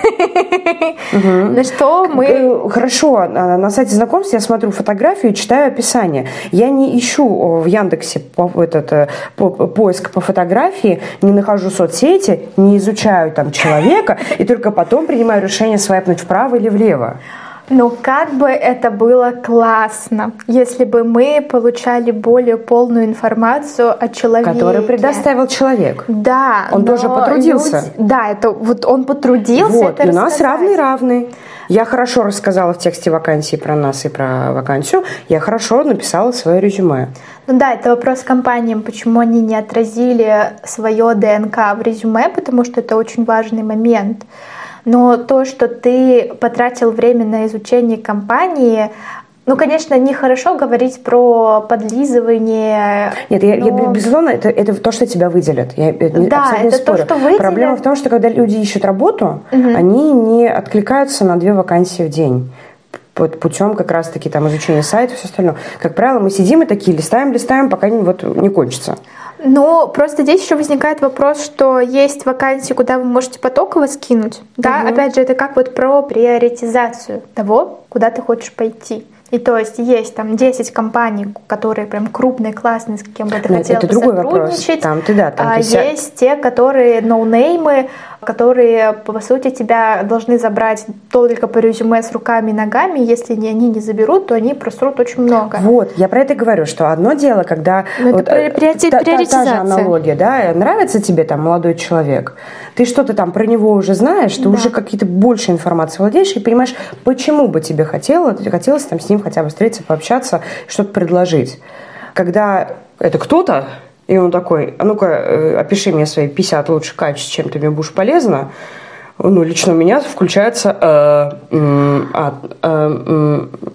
На что мы... Хорошо, на сайте знакомств я смотрю фотографию и читаю описание. Я не ищу в Яндексе этот поиск по фотографии, не нахожу соцсети, не изучаю там человека и только потом принимаю решение свайпнуть вправо или влево. Ну, как бы это было классно, если бы мы получали более полную информацию о человеке. Который предоставил человек. Да. Он тоже потрудился. Люди, да, это вот он потрудился. Вот, это и у нас равный-равный. Я хорошо рассказала в тексте вакансии про нас и про вакансию. Я хорошо написала свое резюме. Ну да, это вопрос компаниям, почему они не отразили свое ДНК в резюме, потому что это очень важный момент. Но то, что ты потратил время на изучение компании, ну, конечно, нехорошо говорить про подлизывание. Нет, я, но... я, безусловно, это, это то, что тебя выделят. Я да, это спорю. то, что выделят. Проблема в том, что когда люди ищут работу, угу. они не откликаются на две вакансии в день. Под путем как раз-таки там изучения сайта и все остальное. Как правило, мы сидим и такие листаем, листаем, пока не, вот, не кончится. Ну, просто здесь еще возникает вопрос, что есть вакансии, куда вы можете потоково скинуть. Да, угу. Опять же, это как вот про приоритизацию того, куда ты хочешь пойти. И то есть есть там десять компаний, которые прям крупные, классные, с кем бы ты хотела это бы другой сотрудничать. Вопрос. Там ты, да, там а ты ся... есть те, которые ноунеймы, которые, по сути, тебя должны забрать только по резюме с руками и ногами. Если они не заберут, то они просрут очень много. Вот, я про это говорю, что одно дело, когда... Вот, это приорити... та, приоритизация. Та, та же аналогия, да, нравится тебе там молодой человек, ты что-то там про него уже знаешь, ты да. уже какие-то больше информации владеешь и понимаешь, почему бы тебе хотелось, хотелось там с ним хотя бы встретиться, пообщаться, что-то предложить. Когда это кто-то, и он такой, а ну-ка, опиши мне свои пятьдесят лучших качеств, чем ты мне будешь полезна. Ну, лично у меня включается... Э, э, э, э,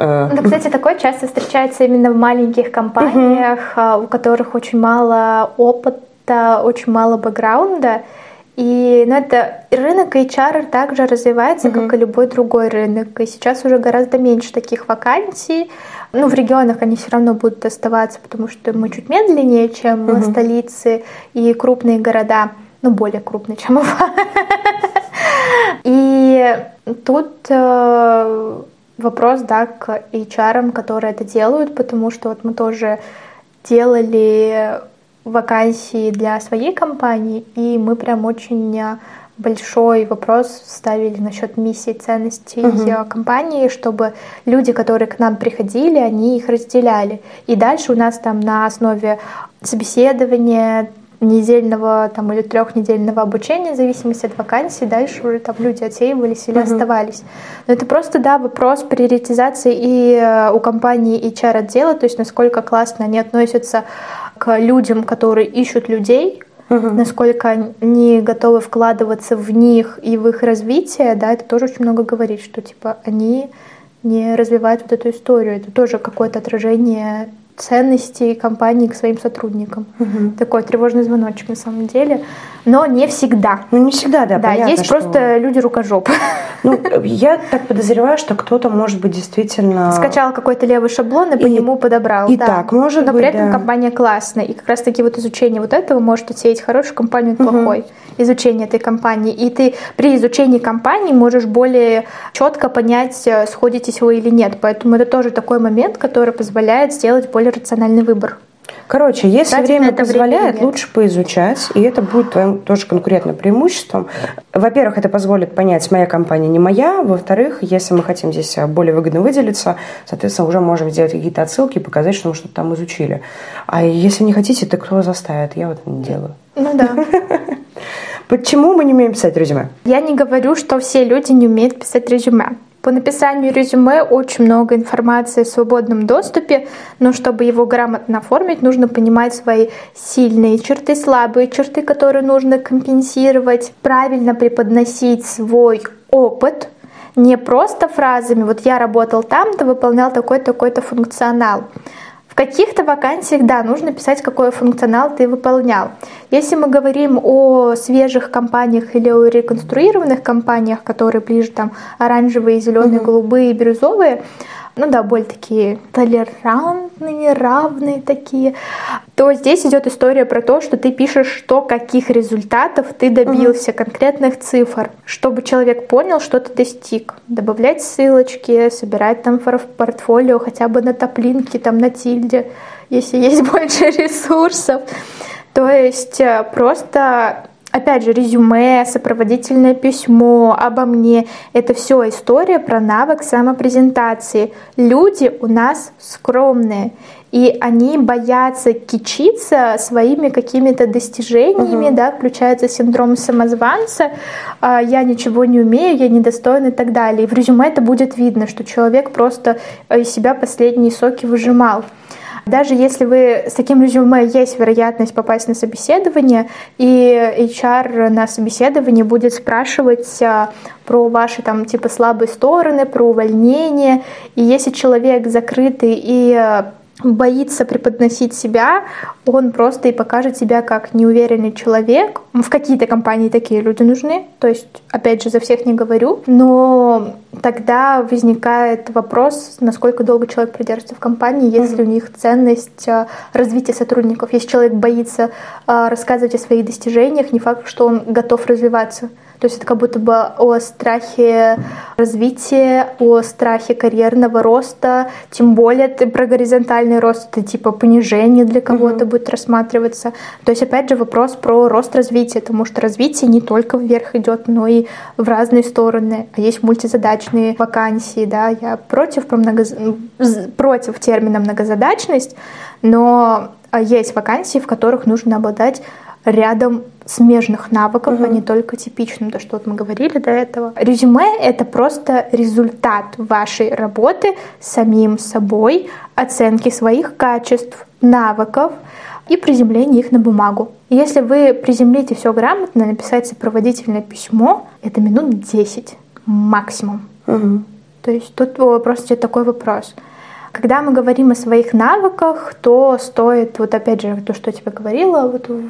Да, кстати, такое часто встречается именно в маленьких компаниях, uh-huh. у которых очень мало опыта, очень мало бэкграунда. И ну, это рынок эйч ар также развивается, uh-huh. как и любой другой рынок. И сейчас уже гораздо меньше таких вакансий. Ну, в регионах они все равно будут оставаться, потому что мы чуть медленнее, чем uh-huh. столицы и крупные города. Ну, более крупные, чем Уфа. И тут э, вопрос, да, к эйч ар, которые это делают, потому что вот мы тоже делали вакансии для своей компании, и мы прям очень большой вопрос ставили насчет миссии, ценностей uh-huh. компании, чтобы люди, которые к нам приходили, они их разделяли. И дальше у нас там на основе собеседования, недельного там, или трехнедельного обучения, в зависимости от вакансий, дальше уже там люди отсеивались или uh-huh. оставались. Но это просто, да, вопрос приоритизации и у компании эйч ар отдела, то есть насколько классно они относятся к людям, которые ищут людей, uh-huh. насколько они готовы вкладываться в них и в их развитие, да, это тоже очень много говорит, что типа они не развивают вот эту историю. Это тоже какое-то отражение ценностей компании к своим сотрудникам. Угу. Такой тревожный звоночек на самом деле. Но не всегда. Ну, не всегда, да, да понятно, есть что... просто люди рукожопы. Ну, я так подозреваю, что кто-то, может быть, действительно... Скачал какой-то левый шаблон и, и по нему подобрал. И да. так, может Но быть, при этом да. компания классная. И как раз-таки вот изучение вот этого может отсеять хорошую компанию от плохой. Угу. Изучение этой компании. И ты при изучении компании можешь более четко понять, сходитесь вы или нет. Поэтому это тоже такой момент, который позволяет сделать более рациональный выбор. Короче, если Тратить время позволяет, время лучше поизучать, и это будет твоим тоже конкурентным преимуществом. Во-первых, это позволит понять, моя компания не моя. Во-вторых, если мы хотим здесь более выгодно выделиться, соответственно, уже можем сделать какие-то отсылки и показать, что мы что-то там изучили. А если не хотите, то кто заставит? Я вот не делаю. Ну да. Почему мы не умеем писать резюме? Я не говорю, что все люди не умеют писать резюме. По написанию резюме очень много информации в свободном доступе, но чтобы его грамотно оформить, нужно понимать свои сильные черты, слабые черты, которые нужно компенсировать, правильно преподносить свой опыт, не просто фразами «вот я работал там-то, выполнял такой-то функционал». В каких-то вакансиях, да, нужно писать, какой функционал ты выполнял. Если мы говорим о свежих компаниях или о реконструированных компаниях, которые ближе там оранжевые, зеленые, mm-hmm. голубые, бирюзовые, ну да, более такие толерантные, равные такие, то здесь идет история про то, что ты пишешь, что каких результатов ты добился, mm-hmm. конкретных цифр, чтобы человек понял, что ты достиг. Добавлять ссылочки, собирать там портфолио хотя бы на топлинке, там на тильде, если есть больше ресурсов. То есть просто... Опять же, резюме, сопроводительное письмо обо мне — это все история про навык самопрезентации. Люди у нас скромные, и они боятся кичиться своими какими-то достижениями, uh-huh. да, включается синдром самозванца, я ничего не умею, я недостоин и так далее. И в резюме это будет видно, что человек просто из себя последние соки выжимал. Даже если вы с таким резюме есть вероятность попасть на собеседование, и эйч ар на собеседовании будет спрашивать про ваши там типа слабые стороны, про увольнение, и если человек закрытый и боится преподносить себя, он просто и покажет себя как неуверенный человек. В какие-то компании такие люди нужны, то есть, опять же, за всех не говорю, но тогда возникает вопрос, насколько долго человек продержится в компании, если mm-hmm. у них ценность развития сотрудников. Если человек боится рассказывать о своих достижениях, не факт, что он готов развиваться. То есть это как будто бы о страхе развития, о страхе карьерного роста, тем более про горизонтальный рост, это типа понижение для кого-то mm-hmm. будет рассматриваться. То есть опять же вопрос про рост развития, потому что развитие не только вверх идет, но и в разные стороны. А есть мультизадачные вакансии, да, я против, про много... против термина многозадачность, но есть вакансии, в которых нужно обладать рядом смежных навыков, uh-huh. а не только типичным, то, что вот мы говорили до этого. Резюме — это просто результат вашей работы с самим собой, оценки своих качеств, навыков и приземления их на бумагу. И если вы приземлите все грамотно, написать сопроводительное письмо, это минут десять максимум. Uh-huh. То есть тут просто такой вопрос. Когда мы говорим о своих навыках, то стоит, вот опять же, то, что я тебе говорила, вот в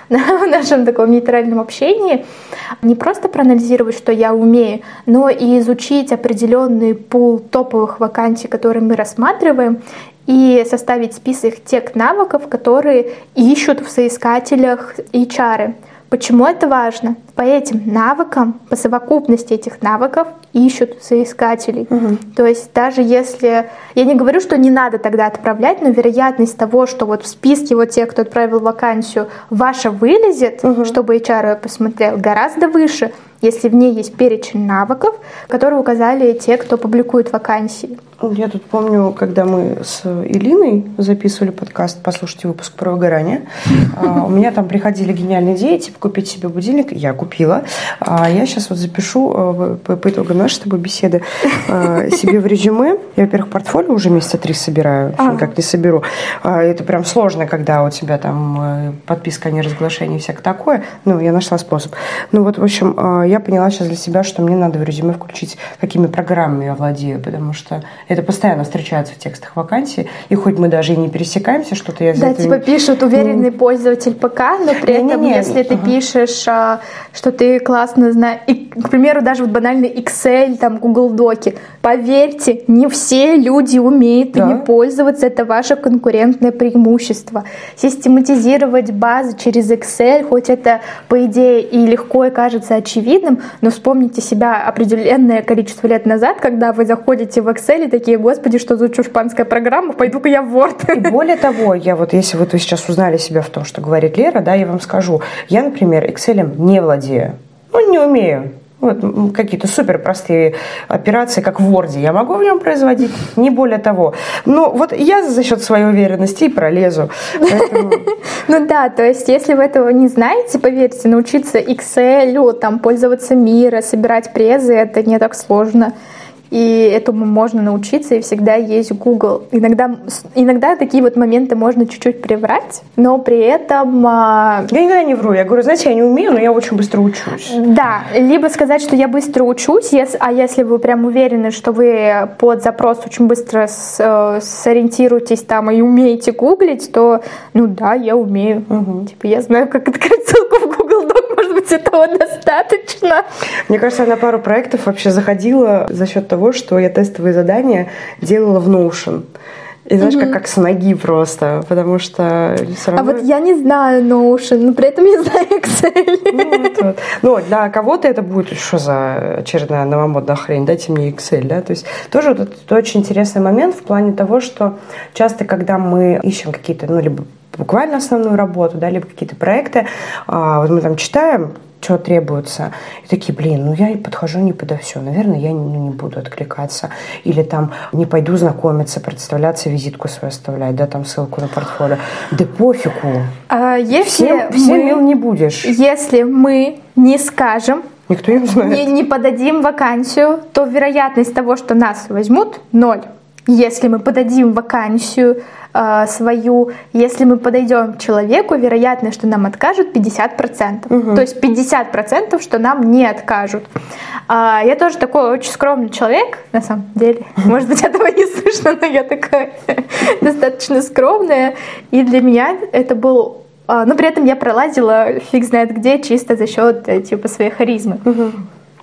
нашем таком нейтральном общении, не просто проанализировать, что я умею, но и изучить определенный пул топовых вакансий, которые мы рассматриваем, и составить список тех навыков, которые ищут в соискателях эйч ар. Почему это важно? По этим навыкам, по совокупности этих навыков ищут соискателей. Угу. То есть даже если... Я не говорю, что не надо тогда отправлять, но вероятность того, что вот в списке вот тех, кто отправил вакансию, ваша вылезет, угу. чтобы эйч ар ее посмотрел, гораздо выше, если в ней есть перечень навыков, которые указали те, кто публикует вакансии. Я тут помню, когда мы с Илиной записывали подкаст, послушайте выпуск про выгорание, у меня там приходили гениальные идеи, типа купить себе будильник, я купила. Я сейчас вот запишу по итогам нашей с тобой беседы себе в резюме. Я, во-первых, портфолио уже месяца три собираю, никак не соберу. Это прям сложно, когда у тебя там подписка о неразглашении и всякое такое. Ну, я нашла способ. Ну вот, в общем, я поняла сейчас для себя, что мне надо в резюме включить, какими программами я владею, потому что это постоянно встречается в текстах вакансий, и хоть мы даже и не пересекаемся, что-то я за да, это... типа пишут уверенный mm. пользователь ПК, но при не, этом, не, не. если ты ага. пишешь, что ты классно знаешь, и, к примеру, даже вот банальный Excel, там, Google Доки, поверьте, не все люди умеют да. ими пользоваться, это ваше конкурентное преимущество. Систематизировать базы через Excel, хоть это, по идее, и легко, и кажется очевидным, но вспомните себя определенное количество лет назад, когда вы заходите в Excel и такие, господи, что за чушпанская программа, пойду-ка я в Word. И более того, я вот, если вот вы сейчас узнали себя в том, что говорит Лера, да, я вам скажу, я, например, Excel не владею, ну, не умею. Вот, какие-то супер простые операции, как в Word, я могу в нем производить, не более того. Но вот я за счет своей уверенности и пролезу. Поэтому... Ну да, то есть если вы этого не знаете, поверьте, научиться Excel, там, пользоваться Мира, собирать презы, это не так сложно. И этому можно научиться, и всегда есть Google. Иногда, иногда такие вот моменты можно чуть-чуть приврать, но при этом... Я никогда не вру. Я говорю, знаете, я не умею, но я очень быстро учусь. Да, либо сказать, что я быстро учусь, а если вы прям уверены, что вы под запрос очень быстро сориентируетесь там и умеете гуглить, то, ну да, я умею. Угу. Типа я знаю, как открыть ссылку в Google Doc, может быть, этого достаточно. Мне кажется, я на пару проектов вообще заходила за счет того, что я тестовые задания делала в Notion. И знаешь, mm-hmm. как, как с ноги просто, потому что все равно... А вот я не знаю Notion, но при этом я знаю Excel. Ну, вот, вот. Ну, для кого-то это будет, что за очередная новомодная хрень, дайте мне Excel, да, то есть тоже вот это очень интересный момент в плане того, что часто, когда мы ищем какие-то, ну, либо буквально основную работу, да, либо какие-то проекты, а, вот мы там читаем, что требуется. И такие, блин, ну я и подхожу не подо все. Наверное, я ну, не буду откликаться. Или там не пойду знакомиться, представляться, визитку свою оставлять, да, там ссылку на портфолио. Да пофигу. А если всем, всем мы, мил не будешь. Если мы не скажем, никто не знает. Не, не подадим вакансию, то вероятность того, что нас возьмут, ноль. Если мы подадим вакансию э, свою, если мы подойдем к человеку, вероятность, что нам откажут, пятьдесят процентов. Угу. То есть пятьдесят процентов, что нам не откажут. А, я тоже такой очень скромный человек, на самом деле. Может быть, этого не слышно, но я такая достаточно скромная. И для меня это был... Но при этом я пролазила фиг знает где, чисто за счет типа своей харизмы. Угу.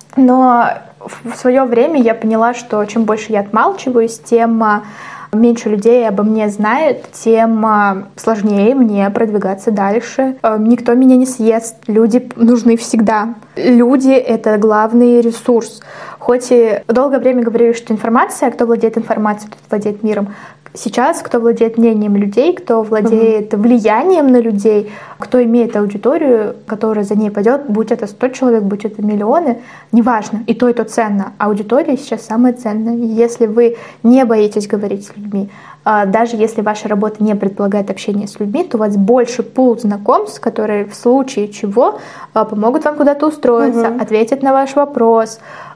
Но в свое время я поняла, что чем больше я отмалчиваюсь, тем меньше людей обо мне знает, тем сложнее мне продвигаться дальше. Никто меня не съест. Люди нужны всегда. Люди — это главный ресурс. Хоть и долгое время говорили, что информация, кто владеет информацией, тот владеет миром. Сейчас кто владеет мнением людей, кто владеет uh-huh. влиянием на людей, кто имеет аудиторию, которая за ней пойдет, будь это сто человек, будь это миллионы, неважно, и то, и то ценно. Аудитория сейчас самая ценная. Если вы не боитесь говорить с людьми, даже если ваша работа не предполагает общение с людьми, то у вас больше пул знакомств, которые в случае чего помогут вам куда-то устроиться, uh-huh. ответят на ваш вопрос,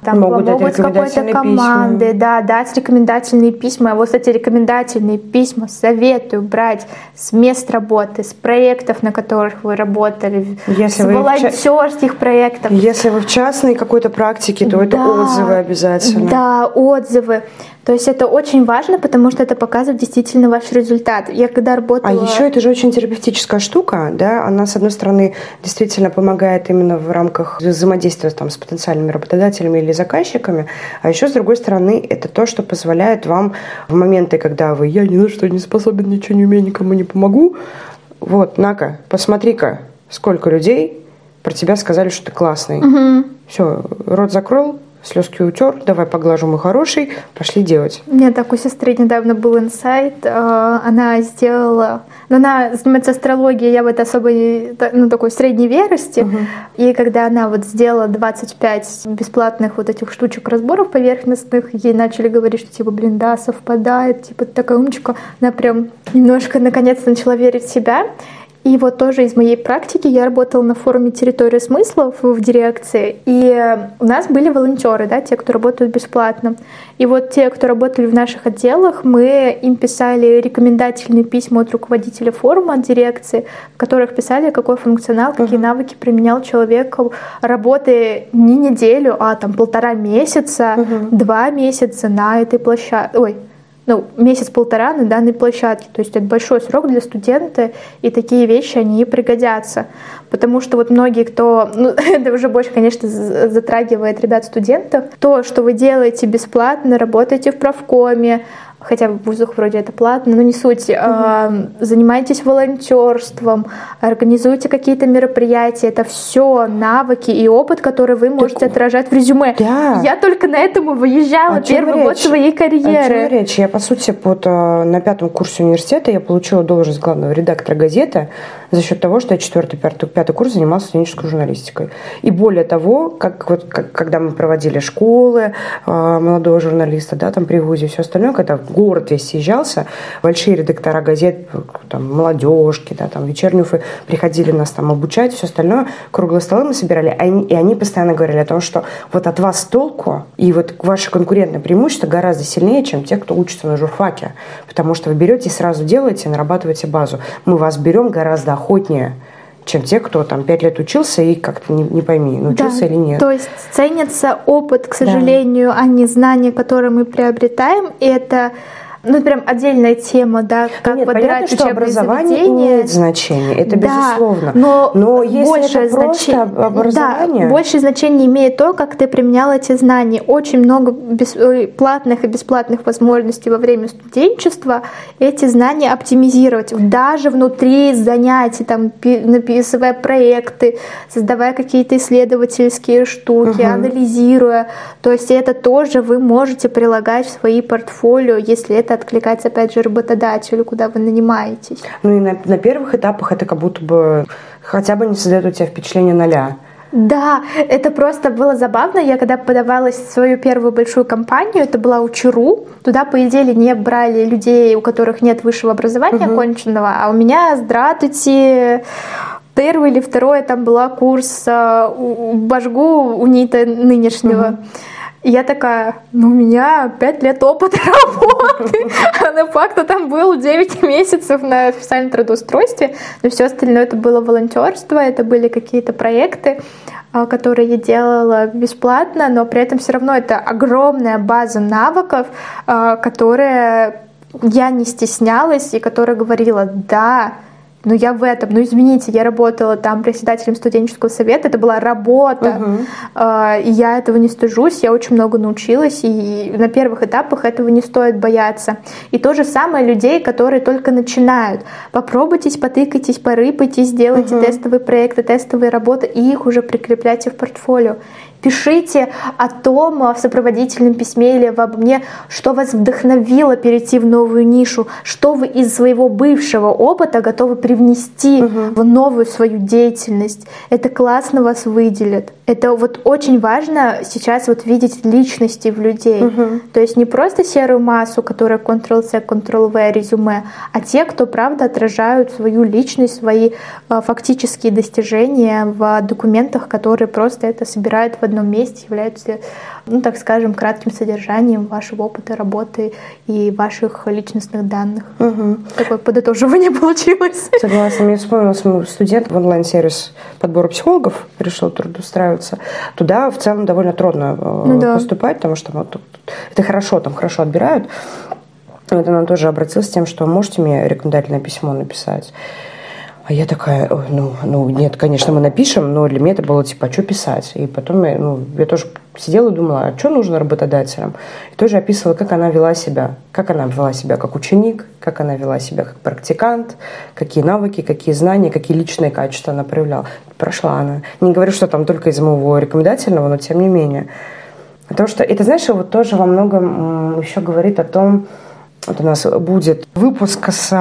там могут помогут с какой-то командой, да, дать рекомендательные письма. Вот, кстати, рекомендательные письма советую брать с мест работы, с проектов, на которых вы работали, если с волонтерских проектов. Если вы в частной какой-то практике, то да, это отзывы обязательно. Да, отзывы. То есть это очень важно, потому что это показывает действительно ваш результат. Я когда работала... А еще это же очень терапевтическая штука, да, она, с одной стороны, действительно помогает именно в рамках взаимодействия там, с потенциальными работодателями или заказчиками, а еще, с другой стороны, это то, что позволяет вам в моменты, когда вы «я ни на что не способен, ничего не умею, никому не помогу», вот, на-ка, посмотри-ка, сколько людей про тебя сказали, что ты классный. Угу. Все, рот закрыл, слезки утер, давай поглажу, мой хороший, пошли делать. У меня так у сестры недавно был инсайт, она сделала, но она занимается астрологией, я в это особо, ну, такой средней верности, угу. И когда она вот сделала двадцать пять бесплатных вот этих штучек разборов поверхностных, ей начали говорить, что типа, блин, да, совпадает, типа, ты такая умничка, она прям немножко наконец начала верить в себя. И вот тоже из моей практики я работала на форуме «Территория смыслов» в дирекции, и у нас были волонтеры, да, те, кто работают бесплатно. И вот те, кто работали в наших отделах, мы им писали рекомендательные письма от руководителя форума, от дирекции, в которых писали, какой функционал, какие uh-huh. навыки применял человек, работая не неделю, а там полтора месяца, uh-huh. два месяца на этой площадке. Ой, ну, месяц-полтора на данной площадке. То есть это большой срок для студента, и такие вещи, они пригодятся. Потому что вот многие, кто... Ну, это уже больше, конечно, затрагивает ребят-студентов. То, что вы делаете бесплатно, работаете в профкоме, хотя в вузах вроде это платно, но не суть. Угу. Э, занимаетесь волонтерством, организуете какие-то мероприятия. Это все навыки и опыт, который вы можете так, отражать в резюме. Да. Я только на этом и выезжала первый год своей карьеры. О чем речь? Я, по сути, вот, на пятом курсе университета я получила должность главного редактора газеты за счет того, что я четвертый, пятый, пятый курс занималась студенческой журналистикой. И более того, как, вот, как, когда мы проводили школы э, молодого журналиста, да, там при вузе и все остальное, когда город весь съезжался, большие редактора газет, там, молодежки, да, там, вечернюю приходили нас там обучать, все остальное, круглые столы мы собирали, и они, и они постоянно говорили о том, что вот от вас толку, и вот ваше конкурентное преимущество гораздо сильнее, чем те, кто учится на журфаке, потому что вы берете и сразу делаете, нарабатываете базу. Мы вас берем гораздо охотнее, чем те, кто там пять лет учился и как-то не, не пойми, научился да, или нет. То есть ценится опыт, к сожалению, да. а не знания, которые мы приобретаем. И это, ну, прям отдельная тема, да, как Нет, подбирать понятно, что образование заведения. Имеет значение, это да, безусловно. Но, но если большее это просто значение, образование... Да, большее значение имеет то, как ты применял эти знания. Очень много бес, платных и бесплатных возможностей во время студенчества эти знания оптимизировать. Даже внутри занятий, там, написывая проекты, создавая какие-то исследовательские штуки, угу. анализируя. То есть это тоже вы можете прилагать в свои портфолио, если это откликается, опять же, работодателю, куда вы нанимаетесь. Ну и на, на первых этапах это как будто бы хотя бы не создает у тебя впечатление ноля. Да, это просто было забавно. Я когда подавалась в свою первую большую компанию, это была УЧРУ, туда, по идее, не брали людей, у которых нет высшего образования угу. оконченного, а у меня, здравствуйте, первый или второй там была курс башгу унита нынешнего. Угу. И я такая, ну, у меня пять лет опыта работы, а на факту там был девять месяцев на официальном трудоустройстве, но все остальное это было волонтерство, это были какие-то проекты, которые я делала бесплатно, но при этом все равно это огромная база навыков, которые я не стеснялась и которая говорила, да, ну я в этом, ну извините, я работала там председателем студенческого совета, это была работа, uh-huh. э, и я этого не стыжусь, я очень много научилась, и на первых этапах этого не стоит бояться. И то же самое людей, которые только начинают. Попробуйтесь, потыкайтесь, порыпайтесь, сделайте uh-huh. тестовые проекты, тестовые работы, и их уже прикрепляйте в портфолио. Пишите о том в сопроводительном письме или обо мне, что вас вдохновило перейти в новую нишу, что вы из своего бывшего опыта готовы привнести угу. в новую свою деятельность. Это классно вас выделит. Это вот очень важно сейчас вот видеть личности в людей. Угу. То есть не просто серую массу, которая контрол-C, контрол-V резюме, а те, кто правда отражают свою личность, свои э, фактические достижения в документах, которые просто это собирают в одном месте являются, ну, так скажем, кратким содержанием вашего опыта работы и ваших личностных данных. Угу. Такое подытоживание получилось. Согласна. Мне вспомнился мой студент в онлайн-сервис подбора психологов, решил трудоустраиваться. Туда в целом довольно трудно ну, да. поступать, потому что вот, это хорошо, там хорошо отбирают. Вот она тоже обратилась с тем, что можете мне рекомендательное письмо написать. А я такая, ну, ну, нет, конечно, мы напишем, но для меня это было типа, а что писать? И потом я, ну, я тоже сидела и думала, а что нужно работодателям? И тоже описывала, как она вела себя, как она вела себя как ученик, как она вела себя как практикант, какие навыки, какие знания, какие личные качества она проявляла. Прошла она. Не говорю, что там только из моего рекомендательного, но тем не менее. Потому что это, знаешь, вот тоже во многом еще говорит о том, вот у нас будет выпуск с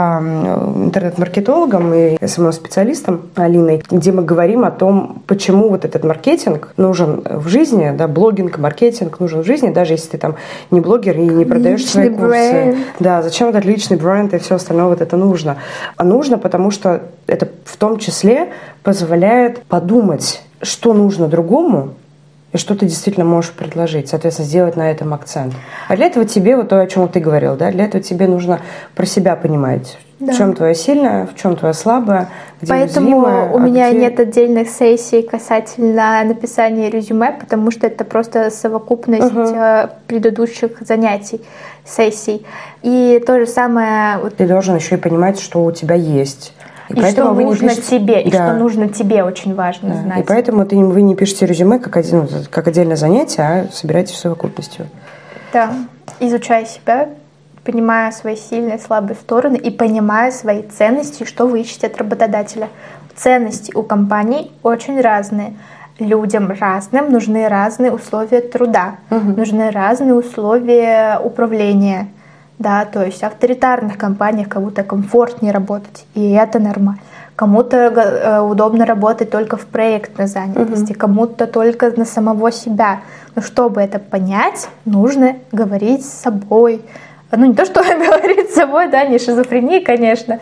интернет-маркетологом и эс эм эм-специалистом Алиной, где мы говорим о том, почему вот этот маркетинг нужен в жизни, да, блогинг, маркетинг нужен в жизни, даже если ты там не блогер и не продаешь личный свои курсы. Бренд. Да, зачем этот личный бренд и все остальное вот это нужно? А нужно, потому что это в том числе позволяет подумать, что нужно другому, и что ты действительно можешь предложить, соответственно, сделать на этом акцент. А для этого тебе, вот то, о чем ты говорил, да, для этого тебе нужно про себя понимать, да. в чем твоя сильная, в чем твоя слабая, где Поэтому уязвимая, у меня а где... нет отдельных сессий касательно написания резюме, потому что это просто совокупность угу. предыдущих занятий, сессий. И то же самое... Ты должен еще и понимать, что у тебя есть. И, и что нужно пишете... тебе, и да. что нужно тебе, очень важно да. знать. И поэтому ты, вы не пишете резюме как, один, как отдельное занятие, а собираетесь в совокупностью. Да, изучая себя, понимая свои сильные и слабые стороны и понимая свои ценности, что вы ищете от работодателя. Ценности у компаний очень разные. Людям разным нужны разные условия труда, угу. нужны разные условия управления. Да, то есть в авторитарных компаниях кому-то комфортнее работать, и это нормально. Кому-то удобно работать только в проектной занятости, угу. кому-то только на самого себя. Но чтобы это понять, нужно говорить с собой. Ну, не то, что говорить с собой, да, не шизофрения, конечно,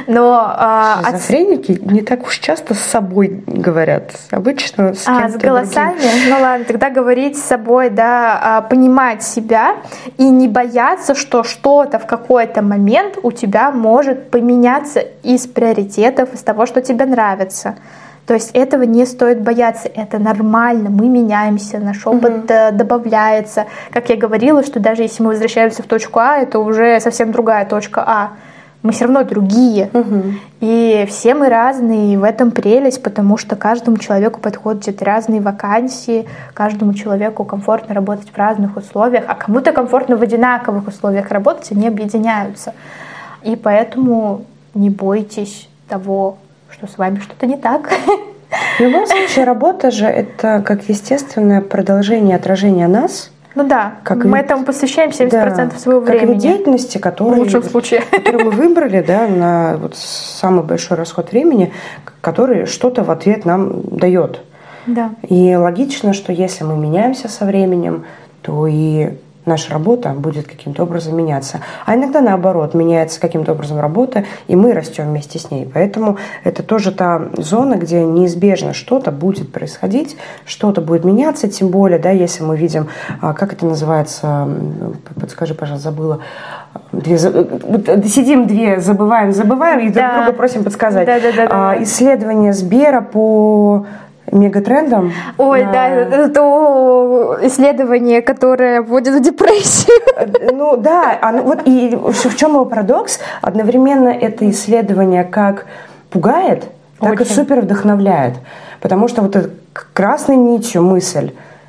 но... Шизофреники от... не так уж часто с собой говорят, обычно с а, кем-то с голосами? другим. Ну ладно, тогда говорить с собой, да, понимать себя и не бояться, что что-то в какой-то момент у тебя может поменяться из приоритетов, из того, что тебе нравится. То есть этого не стоит бояться, это нормально, мы меняемся, наш опыт mm-hmm. добавляется. Как я говорила, что даже если мы возвращаемся в точку А, это уже совсем другая точка А. Мы все равно другие. Mm-hmm. И все мы разные, и в этом прелесть, потому что каждому человеку подходят разные вакансии, каждому человеку комфортно работать в разных условиях, а кому-то комфортно в одинаковых условиях работать, они объединяются. И поэтому не бойтесь того, что с вами что-то не так. В любом случае, работа же это как естественное продолжение, отражение нас. Ну да, как мы вид, этому посвящаем семьдесят процентов да, своего как времени. Как вид деятельности, который, в лучшем случае. который мы выбрали, да, на вот самый большой расход времени, который что-то в ответ нам дает. Да. И логично, что если мы меняемся со временем, то и наша работа будет каким-то образом меняться. А иногда наоборот, меняется каким-то образом работа, и мы растем вместе с ней. Поэтому это тоже та зона, где неизбежно что-то будет происходить, что-то будет меняться, тем более, да, если мы видим, как это называется, подскажи, пожалуйста, забыла, две, сидим две, забываем, забываем, и друг да. друга просим подсказать. Да, да, да, да. Исследование Сбера по мегатрендом. Ой, на... да, это то исследование, которое вводит в депрессию. Ну да, оно, вот и в чем его парадокс? Одновременно это исследование как пугает, так Очень. и супер вдохновляет. Потому что вот эта красной нитью мысль: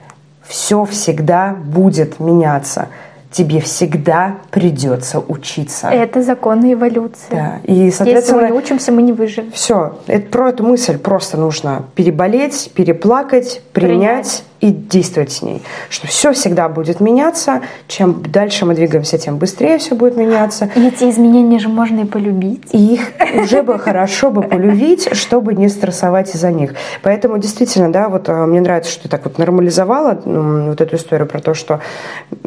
все всегда будет меняться. Тебе всегда придется учиться. Это законы эволюции. Да. И, соответственно, если мы не учимся, мы не выживем. Все. Это, про эту мысль просто нужно переболеть, переплакать, принять, принять и действовать с ней. Что все всегда будет меняться. Чем дальше мы двигаемся, тем быстрее все будет меняться. И эти изменения же можно и полюбить. И их уже бы хорошо бы полюбить, чтобы не стрессовать из-за них. Поэтому действительно, да, вот мне нравится, что ты так вот нормализовала вот эту историю про то, что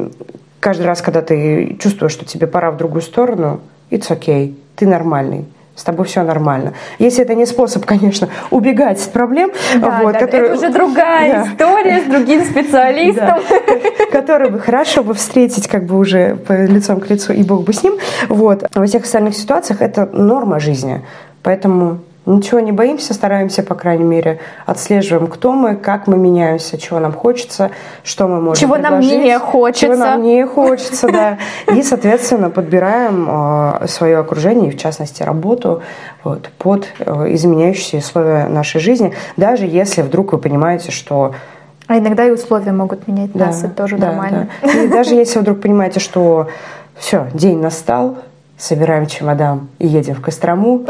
каждый раз, когда ты чувствуешь, что тебе пора в другую сторону, it's okay, ты нормальный. с тобой все нормально. Если это не способ, конечно, убегать от проблем, да, вот, да, который, это уже другая да. история с другим специалистом. Да, который бы хорошо бы встретить как бы уже лицом к лицу, и бог бы с ним. Вот. Во всех остальных ситуациях это норма жизни. Поэтому ничего не боимся, стараемся, по крайней мере, отслеживаем, кто мы, как мы меняемся, чего нам хочется, что мы можем чего предложить. Чего нам не хочется. Чего нам не хочется, да. И, соответственно, подбираем свое окружение, в частности, работу, вот, под изменяющиеся условия нашей жизни, даже если вдруг вы понимаете, что... А иногда и условия могут менять да, нас, это тоже да, нормально. Да. И даже если вы вдруг понимаете, что все, день настал, собираем чемодан и едем в Кострому,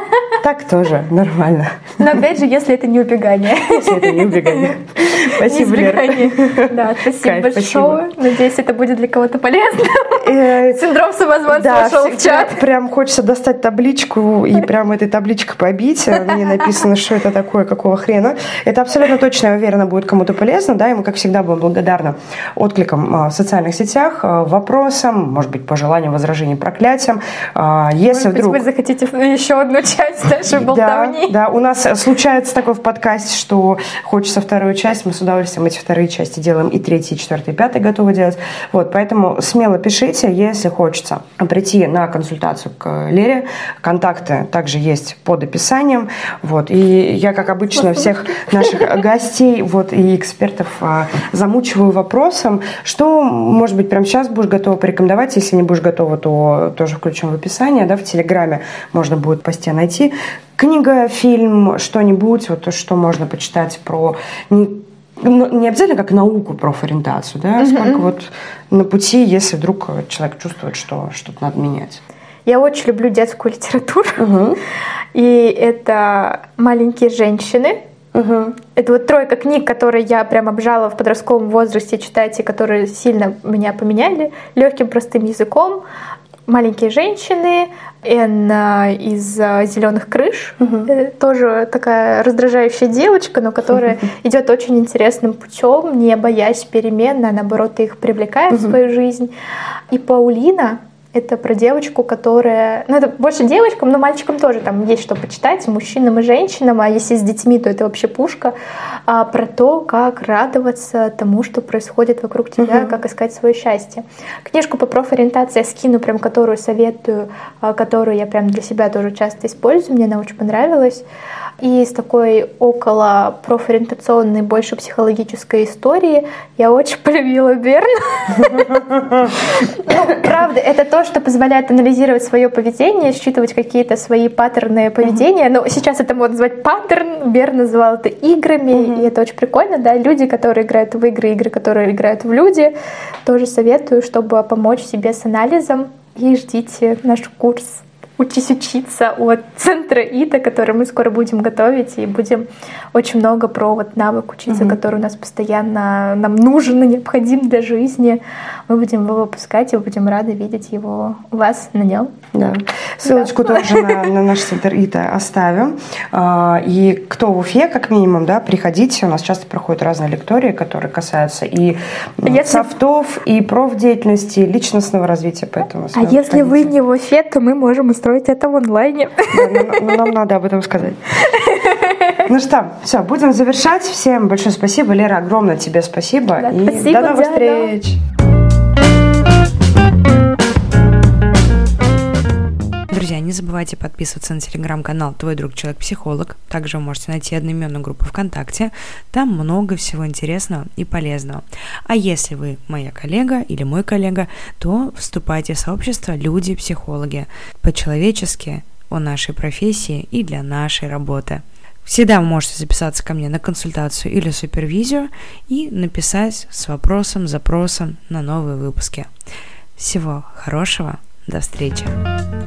так тоже нормально. Но опять же, если это не убегание. Если это не убегание. Спасибо, Лера. Да, спасибо Кайф, большое. Спасибо. Надеюсь, это будет для кого-то полезно. Синдром самозванца да, вошел в чат. Прям хочется достать табличку и прям этой табличкой побить. На ней написано, что это такое, какого хрена. Это абсолютно точно, я уверена, будет кому-то полезно. Да, и мы, как всегда, будем благодарны откликам в социальных сетях, вопросам, может быть, пожеланиям, возражениям, проклятиям. Если может вдруг... быть, вы захотите еще одну часть нашей болтовни. Да, да, у нас случается такое в подкасте, что хочется вторую часть, мы с удовольствием эти вторые части делаем, и третья, и четвертая, и пятая готовы делать. Вот, поэтому смело пишите, если хочется прийти на консультацию к Лере. Контакты также есть под описанием. Вот, и я, как обычно, всех наших гостей вот, и экспертов замучиваю вопросом, что, может быть, прямо сейчас будешь готова порекомендовать, если не будешь готова, то тоже включим в описание, да, в Телеграме можно будет в посте найти. Книга, фильм, что-нибудь, вот, что можно почитать про... Не, не обязательно как науку, профориентацию, да, mm-hmm. сколько вот на пути, если вдруг человек чувствует, что что-то надо менять. Я очень люблю детскую литературу. Mm-hmm. И это «Маленькие женщины». Uh-huh. Это вот тройка книг, которые я прям обжала в подростковом возрасте читать, и которые сильно меня поменяли. «Легким простым языком», «Маленькие женщины», Энн из «Зеленых крыш». Uh-huh. Тоже такая раздражающая девочка, но которая uh-huh. идет очень интересным путем, не боясь перемен, а наоборот их привлекает uh-huh. в свою жизнь. И «Паулина». Это про девочку, которая... Ну, это больше девочкам, но мальчикам тоже там есть что почитать, мужчинам и женщинам, а если с детьми, то это вообще пушка. А про то, как радоваться тому, что происходит вокруг тебя, uh-huh. как искать свое счастье. Книжку по профориентации я скину, прям которую советую, которую я прям для себя тоже часто использую, мне она очень понравилась. И с такой около профориентационной, больше психологической истории я очень полюбила Берн. Правда, это то, что позволяет анализировать свое поведение, считывать какие-то свои паттерны поведения. Но сейчас это можно назвать паттерн. Берн называл это играми, и это очень прикольно. Да? Люди, которые играют в игры, игры, которые играют в люди, тоже советую, чтобы помочь себе с анализом. И ждите наш курс «Учись учиться» от центра ИТА, который мы скоро будем готовить, и будем очень много про вот навык учиться, mm-hmm. который у нас постоянно нам нужен и необходим для жизни. Мы будем его выпускать, и будем рады видеть его у вас на нем. Да. Ссылочку да. тоже на, на наш центр ИТА оставим. И кто в Уфе, как минимум, да, приходите. У нас часто проходят разные лектории, которые касаются и если... софтов, и профдеятельности, и личностного развития. Поэтому а если приходите. Вы не в Уфе, то мы можем устроить это в онлайне. Да, но, но нам надо об этом сказать. Ну что, все, будем завершать. Всем большое спасибо. Лера, огромное тебе спасибо. Да, и спасибо, до новых встреч. Друзья, не забывайте подписываться на телеграм-канал «Твой друг Человек-психолог». Также вы можете найти одноименную группу ВКонтакте. Там много всего интересного и полезного. А если вы моя коллега или мой коллега, то вступайте в сообщество «Люди-психологи». По-человечески о нашей профессии и для нашей работы. Всегда вы можете записаться ко мне на консультацию или супервизию и написать с вопросом, запросом на новые выпуски. Всего хорошего, до встречи!